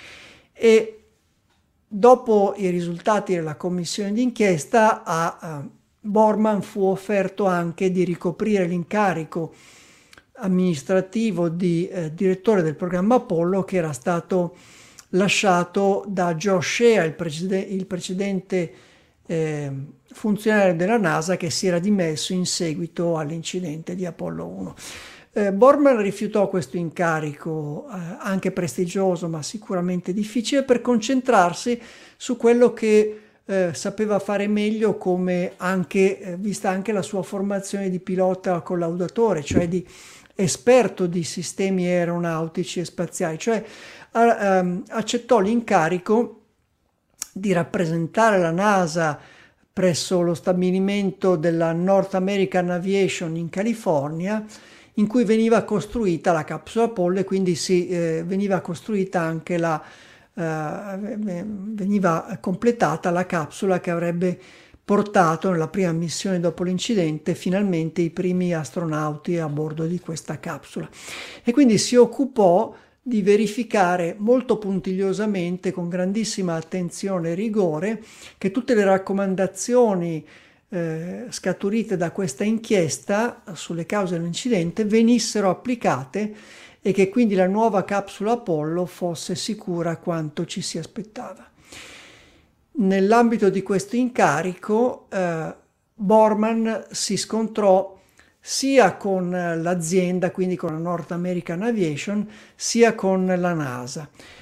Speaker 2: E dopo i risultati della commissione d'inchiesta, a, a Borman fu offerto anche di ricoprire l'incarico amministrativo di eh, direttore del programma Apollo, che era stato lasciato da Joe Shea, il, precede- il precedente eh, funzionario della NASA che si era dimesso in seguito all'incidente di Apollo uno. Eh, Borman rifiutò questo incarico eh, anche prestigioso ma sicuramente difficile, per concentrarsi su quello che eh, sapeva fare meglio, come anche eh, vista anche la sua formazione di pilota collaudatore, cioè di esperto di sistemi aeronautici e spaziali, cioè a, um, accettò l'incarico di rappresentare la NASA presso lo stabilimento della North American Aviation in California, in cui veniva costruita la capsula Apollo, e quindi si eh, veniva costruita anche la eh, veniva completata la capsula che avrebbe portato nella prima missione dopo l'incidente finalmente i primi astronauti a bordo di questa capsula. E quindi si occupò di verificare molto puntigliosamente, con grandissima attenzione e rigore, che tutte le raccomandazioni eh, scaturite da questa inchiesta sulle cause dell'incidente venissero applicate e che quindi la nuova capsula Apollo fosse sicura quanto ci si aspettava. Nell'ambito di questo incarico eh, Borman si scontrò sia con l'azienda, quindi con la North American Aviation, sia con la NASA.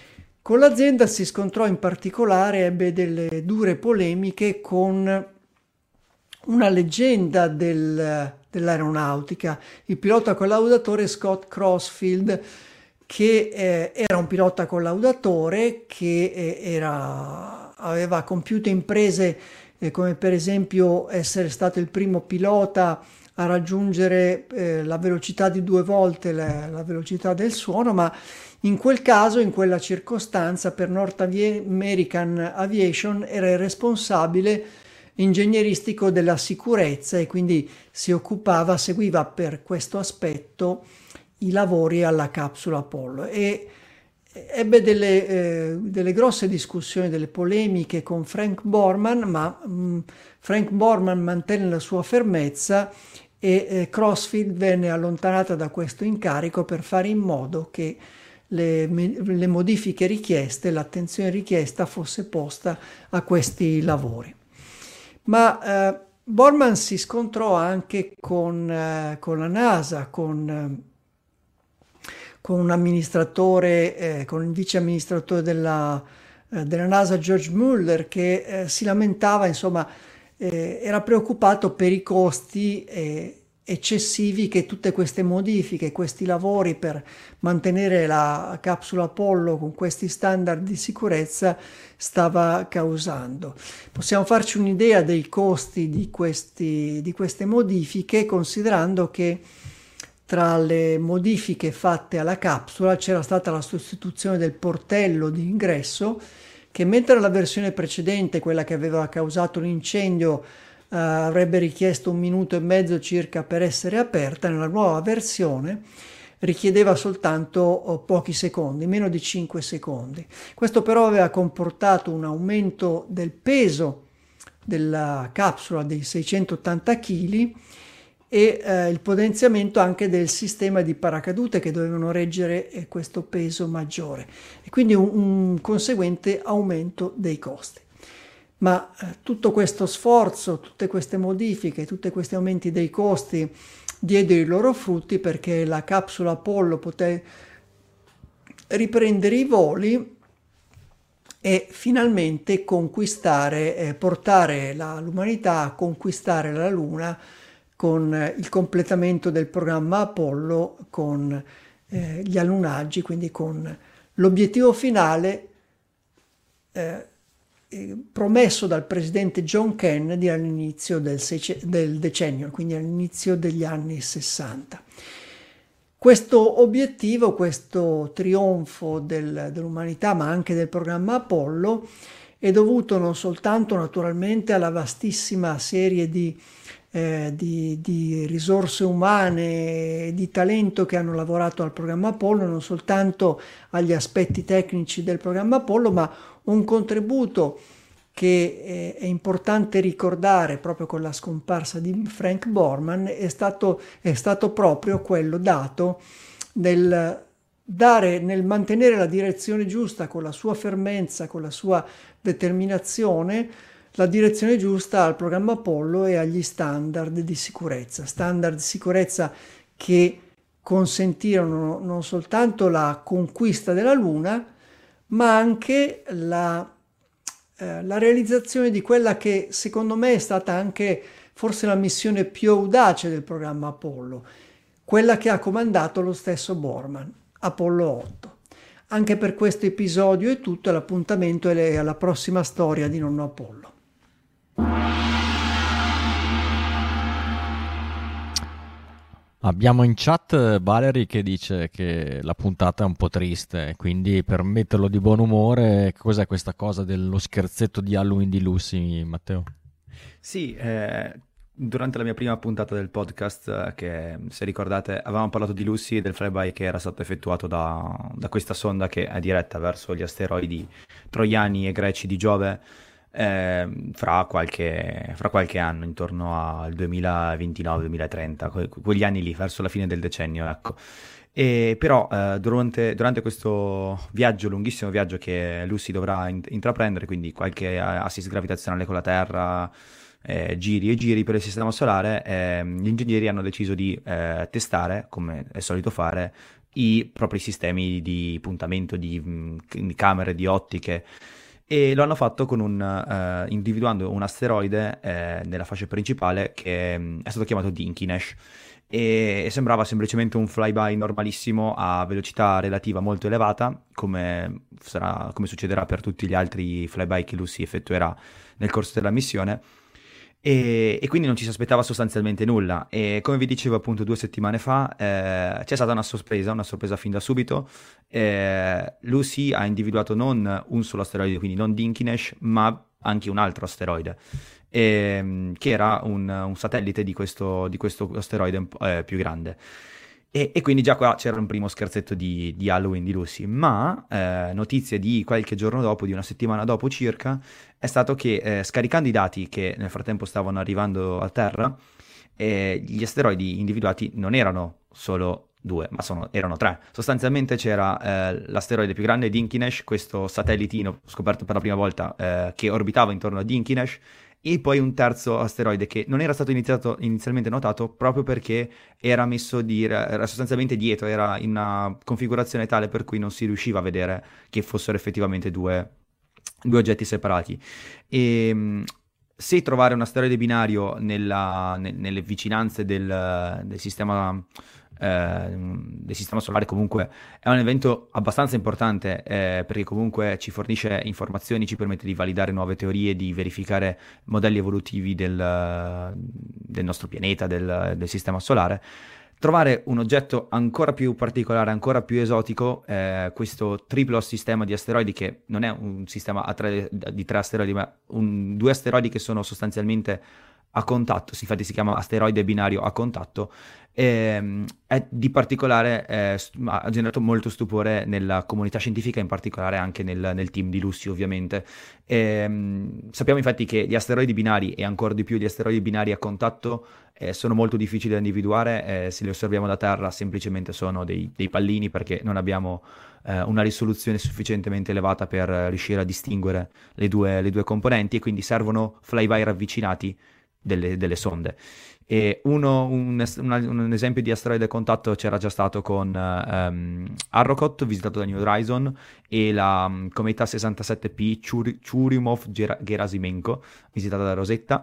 Speaker 2: Con l'azienda si scontrò in particolare, ebbe delle dure polemiche con una leggenda del, dell'aeronautica, il pilota collaudatore Scott Crossfield, che eh, era un pilota collaudatore che eh, era, aveva compiuto imprese eh, come per esempio essere stato il primo pilota a raggiungere eh, la velocità di due volte la, la velocità del suono, ma in quel caso, in quella circostanza, per North American Aviation era il responsabile ingegneristico della sicurezza e quindi si occupava, seguiva per questo aspetto i lavori alla capsula Apollo e ebbe delle, eh, delle grosse discussioni, delle polemiche con Frank Borman, ma mh, Frank Borman mantenne la sua fermezza e eh, Crossfield venne allontanata da questo incarico per fare in modo che le, le modifiche richieste, l'attenzione richiesta fosse posta a questi lavori. Ma eh, Borman si scontrò anche con, eh, con la NASA, con, eh, con un amministratore, eh, con il vice amministratore della, eh, della NASA, George Mueller, che eh, si lamentava, insomma, eh, era preoccupato per i costi eh, eccessivi che tutte queste modifiche, questi lavori per mantenere la capsula Apollo con questi standard di sicurezza stava causando. Possiamo farci un'idea dei costi di, questi, di queste modifiche, considerando che tra le modifiche fatte alla capsula c'era stata la sostituzione del portello di ingresso, che mentre la versione precedente, quella che aveva causato l'incendio, Uh, avrebbe richiesto un minuto e mezzo circa per essere aperta, nella nuova versione richiedeva soltanto oh, pochi secondi, meno di cinque secondi. Questo però aveva comportato un aumento del peso della capsula dei seicentottanta chili e eh, il potenziamento anche del sistema di paracadute che dovevano reggere eh, questo peso maggiore e quindi un, un conseguente aumento dei costi. Ma eh, tutto questo sforzo, tutte queste modifiche, tutti questi aumenti dei costi diedero i loro frutti perché la capsula Apollo poté riprendere i voli e finalmente conquistare, eh, portare la, l'umanità a conquistare la Luna con eh, il completamento del programma Apollo, con eh, gli allunaggi, quindi con l'obiettivo finale eh, promesso dal presidente John Kennedy all'inizio del, seice- del decennio, quindi all'inizio degli anni sessanta. Questo obiettivo, questo trionfo del, dell'umanità, ma anche del programma Apollo, è dovuto non soltanto naturalmente alla vastissima serie di, eh, di, di risorse umane e di talento che hanno lavorato al programma Apollo, non soltanto agli aspetti tecnici del programma Apollo, ma un contributo che è importante ricordare proprio con la scomparsa di Frank Borman è stato, è stato proprio quello dato nel dare, nel mantenere la direzione giusta con la sua fermezza, con la sua determinazione, la direzione giusta al programma Apollo e agli standard di sicurezza, standard di sicurezza che consentirono non soltanto la conquista della Luna, ma anche la, eh, la realizzazione di quella che secondo me è stata anche forse la missione più audace del programma Apollo, quella che ha comandato lo stesso Borman, Apollo otto. Anche per questo episodio è tutto, l'appuntamento è alla prossima storia di Nonno Apollo.
Speaker 1: Abbiamo in chat Valerie che dice che la puntata è un po' triste, quindi per metterlo di buon umore, cos'è questa cosa dello scherzetto di Halloween di Lucy, Matteo?
Speaker 4: Sì, eh, durante la mia prima puntata del podcast, eh, che se ricordate avevamo parlato di Lucy e del flyby che era stato effettuato da, da questa sonda che è diretta verso gli asteroidi troiani e greci di Giove, Eh, fra, qualche, fra qualche anno, intorno al duemilaventinove duemilatrenta, que- quegli anni lì, verso la fine del decennio, ecco. E però eh, durante, durante questo viaggio, lunghissimo viaggio che Lucy dovrà int- intraprendere, quindi qualche assist gravitazionale con la Terra, eh, giri e giri per il sistema solare, eh, gli ingegneri hanno deciso di eh, testare, come è solito fare, i propri sistemi di puntamento, di, mh, di camere, di ottiche, e lo hanno fatto con un, eh, individuando un asteroide eh, nella fascia principale che mh, è stato chiamato Dinkinesh, e, e sembrava semplicemente un flyby normalissimo a velocità relativa molto elevata, come, sarà, come succederà per tutti gli altri flyby che Lucy effettuerà nel corso della missione. E, e quindi non ci si aspettava sostanzialmente nulla, e come vi dicevo appunto due settimane fa eh, c'è stata una sorpresa, una sorpresa fin da subito. eh, Lucy ha individuato non un solo asteroide, quindi non Dinkinesh, ma anche un altro asteroide, ehm, che era un, un satellite di questo, di questo asteroide un po', eh, più grande. E, e quindi già qua c'era un primo scherzetto di, di Halloween di Lucy, ma eh, notizie di qualche giorno dopo, di una settimana dopo circa, è stato che eh, scaricando i dati che nel frattempo stavano arrivando a Terra, eh, gli asteroidi individuati non erano solo due, ma sono, erano tre. Sostanzialmente c'era eh, l'asteroide più grande, Dinkinesh, questo satellitino scoperto per la prima volta eh, che orbitava intorno a Dinkinesh, e poi un terzo asteroide che non era stato iniziato, inizialmente notato proprio perché era messo di, era sostanzialmente dietro, era in una configurazione tale per cui non si riusciva a vedere che fossero effettivamente due, due oggetti separati. E se trovare un asteroide binario nella, ne, nelle vicinanze del, del sistema Eh, del sistema solare comunque è un evento abbastanza importante, eh, perché comunque ci fornisce informazioni, ci permette di validare nuove teorie, di verificare modelli evolutivi del, del nostro pianeta, del, del sistema solare. Trovare un oggetto ancora più particolare, ancora più esotico, eh, questo triplo sistema di asteroidi, che non è un sistema a tre, di tre asteroidi, ma un, due asteroidi che sono sostanzialmente a contatto, infatti si chiama asteroide binario a contatto, ehm, è di particolare, eh, st- ha generato molto stupore nella comunità scientifica, in particolare anche nel, nel team di Lucy ovviamente. Ehm, sappiamo infatti che gli asteroidi binari, e ancora di più gli asteroidi binari a contatto, eh, sono molto difficili da individuare, eh, se li osserviamo da Terra semplicemente sono dei, dei pallini, perché non abbiamo eh, una risoluzione sufficientemente elevata per riuscire a distinguere le due, le due componenti, e quindi servono flyby ravvicinati Delle, delle sonde. E uno, un, una, un esempio di asteroide a contatto c'era già stato con um, Arrokoth, visitato da New Horizon, e la um, cometa sessantasette P Chur- Churyumov-Gerasimenko, visitata da Rosetta.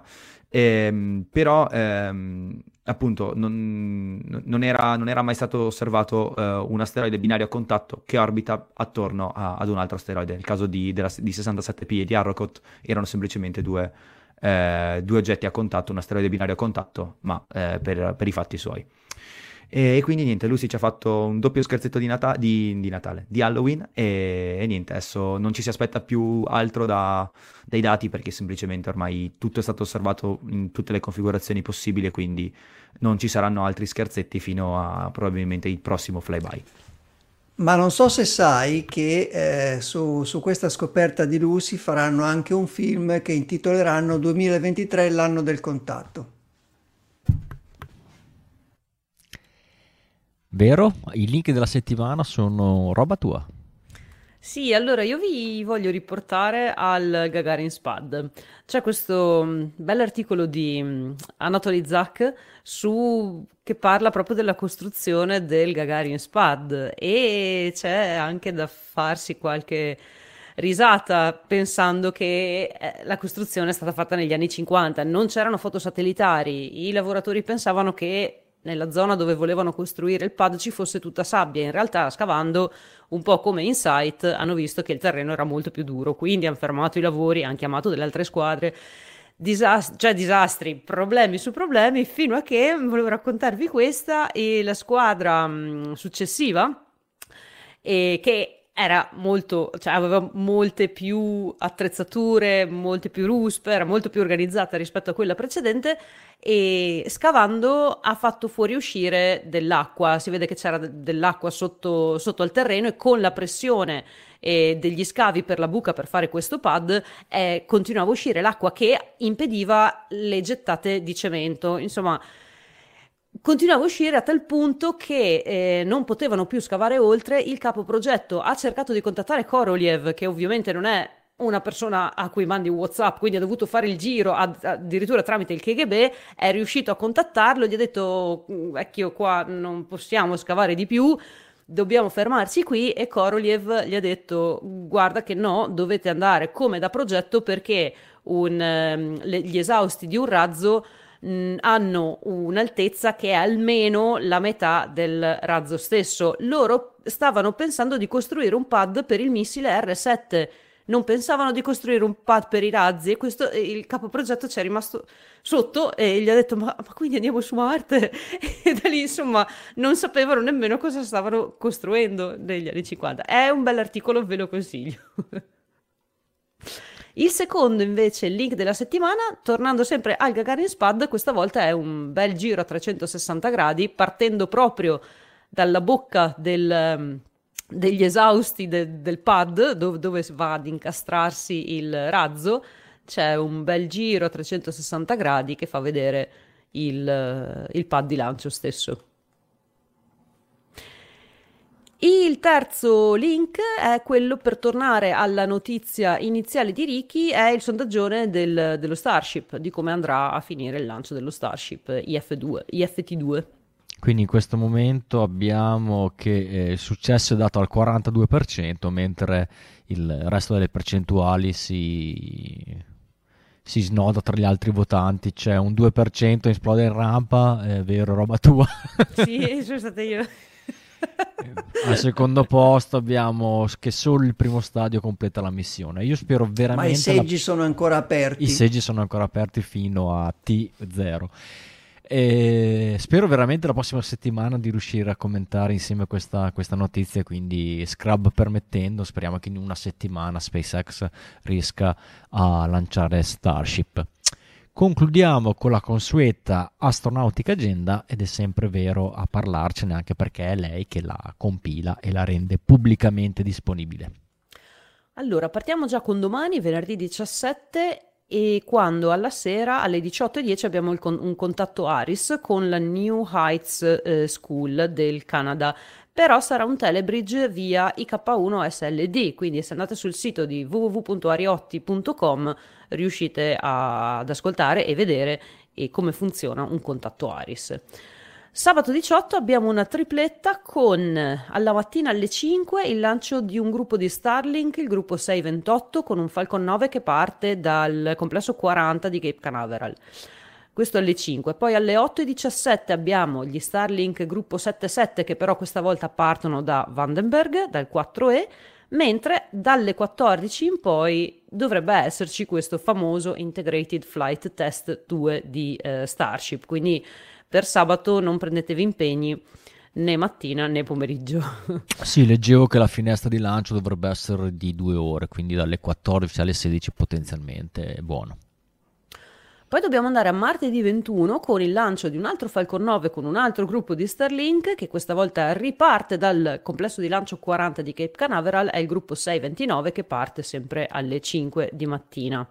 Speaker 4: E, però ehm, appunto non, non, era, non era mai stato osservato uh, un asteroide binario a contatto che orbita attorno a, ad un altro asteroide. Nel caso di, della, di sessantasette P e di Arrokoth erano semplicemente due Eh, due oggetti a contatto, un asteroide binario a contatto, ma eh, per, per i fatti suoi. E, e quindi niente, Lucy ci ha fatto un doppio scherzetto di, Nata- di, di Natale, di Halloween, e, e niente, adesso non ci si aspetta più altro da, dai dati, perché semplicemente ormai tutto è stato osservato in tutte le configurazioni possibili, e quindi non ci saranno altri scherzetti fino a probabilmente il prossimo flyby.
Speaker 2: Ma non so se sai che eh, su, su questa scoperta di Lucy faranno anche un film che intitoleranno duemilaventitré, l'anno del contatto.
Speaker 1: Vero? I link della settimana sono roba tua.
Speaker 3: Sì, allora io vi voglio riportare al Gagarin Spad. C'è questo mh, bell'articolo di mh, Anatoly Zak su che parla proprio della costruzione del Gagarin Spad, e c'è anche da farsi qualche risata pensando che eh, la costruzione è stata fatta negli anni cinquanta, non c'erano foto satellitari, i lavoratori pensavano che nella zona dove volevano costruire il pad ci fosse tutta sabbia. In realtà, scavando un po' come Insight, hanno visto che il terreno era molto più duro, quindi hanno fermato i lavori, hanno chiamato delle altre squadre, Disast- cioè disastri, problemi su problemi, fino a che volevo raccontarvi questa, e la squadra mh, successiva, e che era molto, cioè aveva molte più attrezzature, molte più ruspe, era molto più organizzata rispetto a quella precedente, e scavando ha fatto fuoriuscire dell'acqua. Si vede che c'era de- dell'acqua sotto, sotto al terreno, e con la pressione eh, degli scavi per la buca per fare questo pad eh, continuava a uscire l'acqua che impediva le gettate di cemento. Insomma, continuava a uscire a tal punto che eh, non potevano più scavare oltre. Il capo progetto ha cercato di contattare Korolev, che ovviamente non è una persona a cui mandi un WhatsApp, quindi ha dovuto fare il giro ad, addirittura tramite il K G B. È riuscito a contattarlo, gli ha detto: vecchio, qua non possiamo scavare di più. dobbiamo fermarci qui, e Korolev gli ha detto guarda che no, dovete andare come da progetto, perché un, um, le, gli esausti di un razzo mh, hanno un'altezza che è almeno la metà del razzo stesso. Loro stavano pensando di costruire un pad per il missile erre sette, non pensavano di costruire un pad per i razzi, e questo il capo progetto ci è rimasto sotto e gli ha detto ma, ma quindi andiamo su Marte? E da lì insomma non sapevano nemmeno cosa stavano costruendo negli anni cinquanta. È un bell'articolo, ve lo consiglio. Il secondo invece, il link della settimana, tornando sempre al Gagarin Spad, questa volta è un bel giro a trecentosessanta gradi, partendo proprio dalla bocca del... degli esausti de- del pad dove, dove va ad incastrarsi il razzo. C'è un bel giro a trecentosessanta gradi che fa vedere il, il pad di lancio stesso. Il terzo link è quello per tornare alla notizia iniziale di Ricky, è il sondaggione del, dello Starship, di come andrà a finire il lancio dello Starship I F due, I F T due.
Speaker 1: Quindi in questo momento abbiamo che eh, il successo è dato al quarantadue per cento, mentre il resto delle percentuali si, si snoda tra gli altri votanti. C'è un due per cento esplode in rampa, è vero, roba tua.
Speaker 3: Sì, sono stata io.
Speaker 1: Al secondo posto abbiamo che solo il primo stadio completa la missione. Io spero veramente...
Speaker 2: Ma i seggi
Speaker 1: la...
Speaker 2: sono ancora aperti.
Speaker 1: I seggi sono ancora aperti fino a T zero. E spero veramente la prossima settimana di riuscire a commentare insieme questa, questa notizia, quindi Scrub permettendo, speriamo che in una settimana SpaceX riesca a lanciare Starship. Concludiamo con la consueta astronautica agenda, ed è sempre vero a parlarcene anche perché è lei che la compila e la rende pubblicamente disponibile.
Speaker 3: Allora, partiamo già con domani, venerdì diciassette, e quando alla sera alle diciotto e dieci abbiamo il con- un contatto ARIS con la New Heights eh, School del Canada, però sarà un telebridge via I K uno S L D, quindi se andate sul sito di w w w punto ariotti punto com riuscite a- ad ascoltare e vedere e come funziona un contatto ARIS. Sabato diciotto abbiamo una tripletta con alla mattina alle cinque il lancio di un gruppo di Starlink, il gruppo sei ventotto, con un Falcon nove che parte dal complesso quaranta di Cape Canaveral. Questo alle cinque. Poi alle otto e diciassette abbiamo gli Starlink gruppo settantasette, che però questa volta partono da Vandenberg, dal quattro E, mentre dalle quattordici in poi dovrebbe esserci questo famoso Integrated Flight Test due di eh, Starship, quindi per sabato non prendetevi impegni né mattina né pomeriggio.
Speaker 1: Sì, leggevo che la finestra di lancio dovrebbe essere di due ore, quindi dalle quattordici alle sedici potenzialmente, è buono.
Speaker 3: Poi dobbiamo andare a martedì ventuno con il lancio di un altro Falcon nove con un altro gruppo di Starlink, che questa volta riparte dal complesso di lancio quaranta di Cape Canaveral, è il gruppo sei ventinove che parte sempre alle cinque di mattina.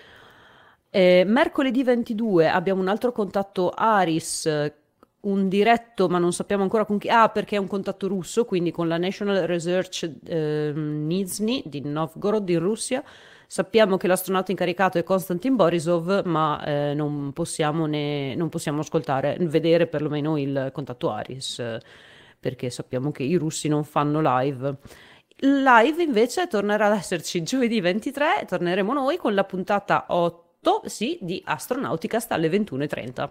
Speaker 3: Eh, mercoledì ventidue abbiamo un altro contatto ARIS, un diretto ma non sappiamo ancora con chi, ah perché è un contatto russo, quindi con la National Research eh, Nizhny di Novgorod in Russia. Sappiamo che l'astronauta incaricato è Konstantin Borisov, ma eh, non possiamo ne, non possiamo ascoltare, vedere perlomeno il contatto ARIS, eh, perché sappiamo che i russi non fanno live. Live invece tornerà ad esserci giovedì ventitré, torneremo noi con la puntata otto, sì, di Astronauticast alle ventuno e trenta.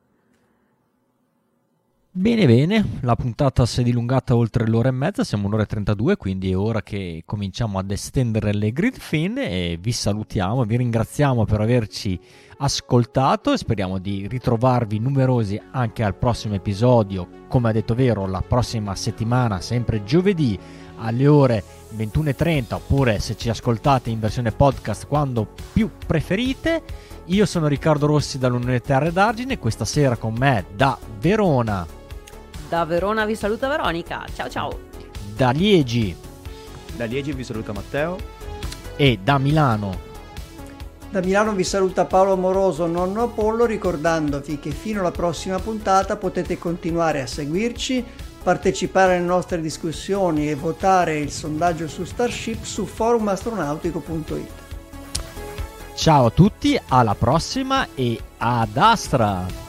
Speaker 1: Bene bene, la puntata si è dilungata oltre l'ora e mezza, siamo un'ora e trentadue, quindi è ora che cominciamo ad estendere le grid fin e vi salutiamo, vi ringraziamo per averci ascoltato e speriamo di ritrovarvi numerosi anche al prossimo episodio, come ha detto Vero, la prossima settimana, sempre giovedì alle ore ventuno e trenta, oppure se ci ascoltate in versione podcast quando più preferite. Io sono Riccardo Rossi dall'Università d'Argine, questa sera con me da Verona.
Speaker 3: Da Verona vi saluta Veronica, ciao ciao.
Speaker 1: Da Liegi.
Speaker 4: Da Liegi vi saluta Matteo.
Speaker 1: E da Milano.
Speaker 2: Da Milano vi saluta Paolo Amoroso, nonno Apollo, ricordandovi che fino alla prossima puntata potete continuare a seguirci, partecipare alle nostre discussioni e votare il sondaggio su Starship su forum astronautico punto it.
Speaker 1: Ciao a tutti, alla prossima e ad Astra!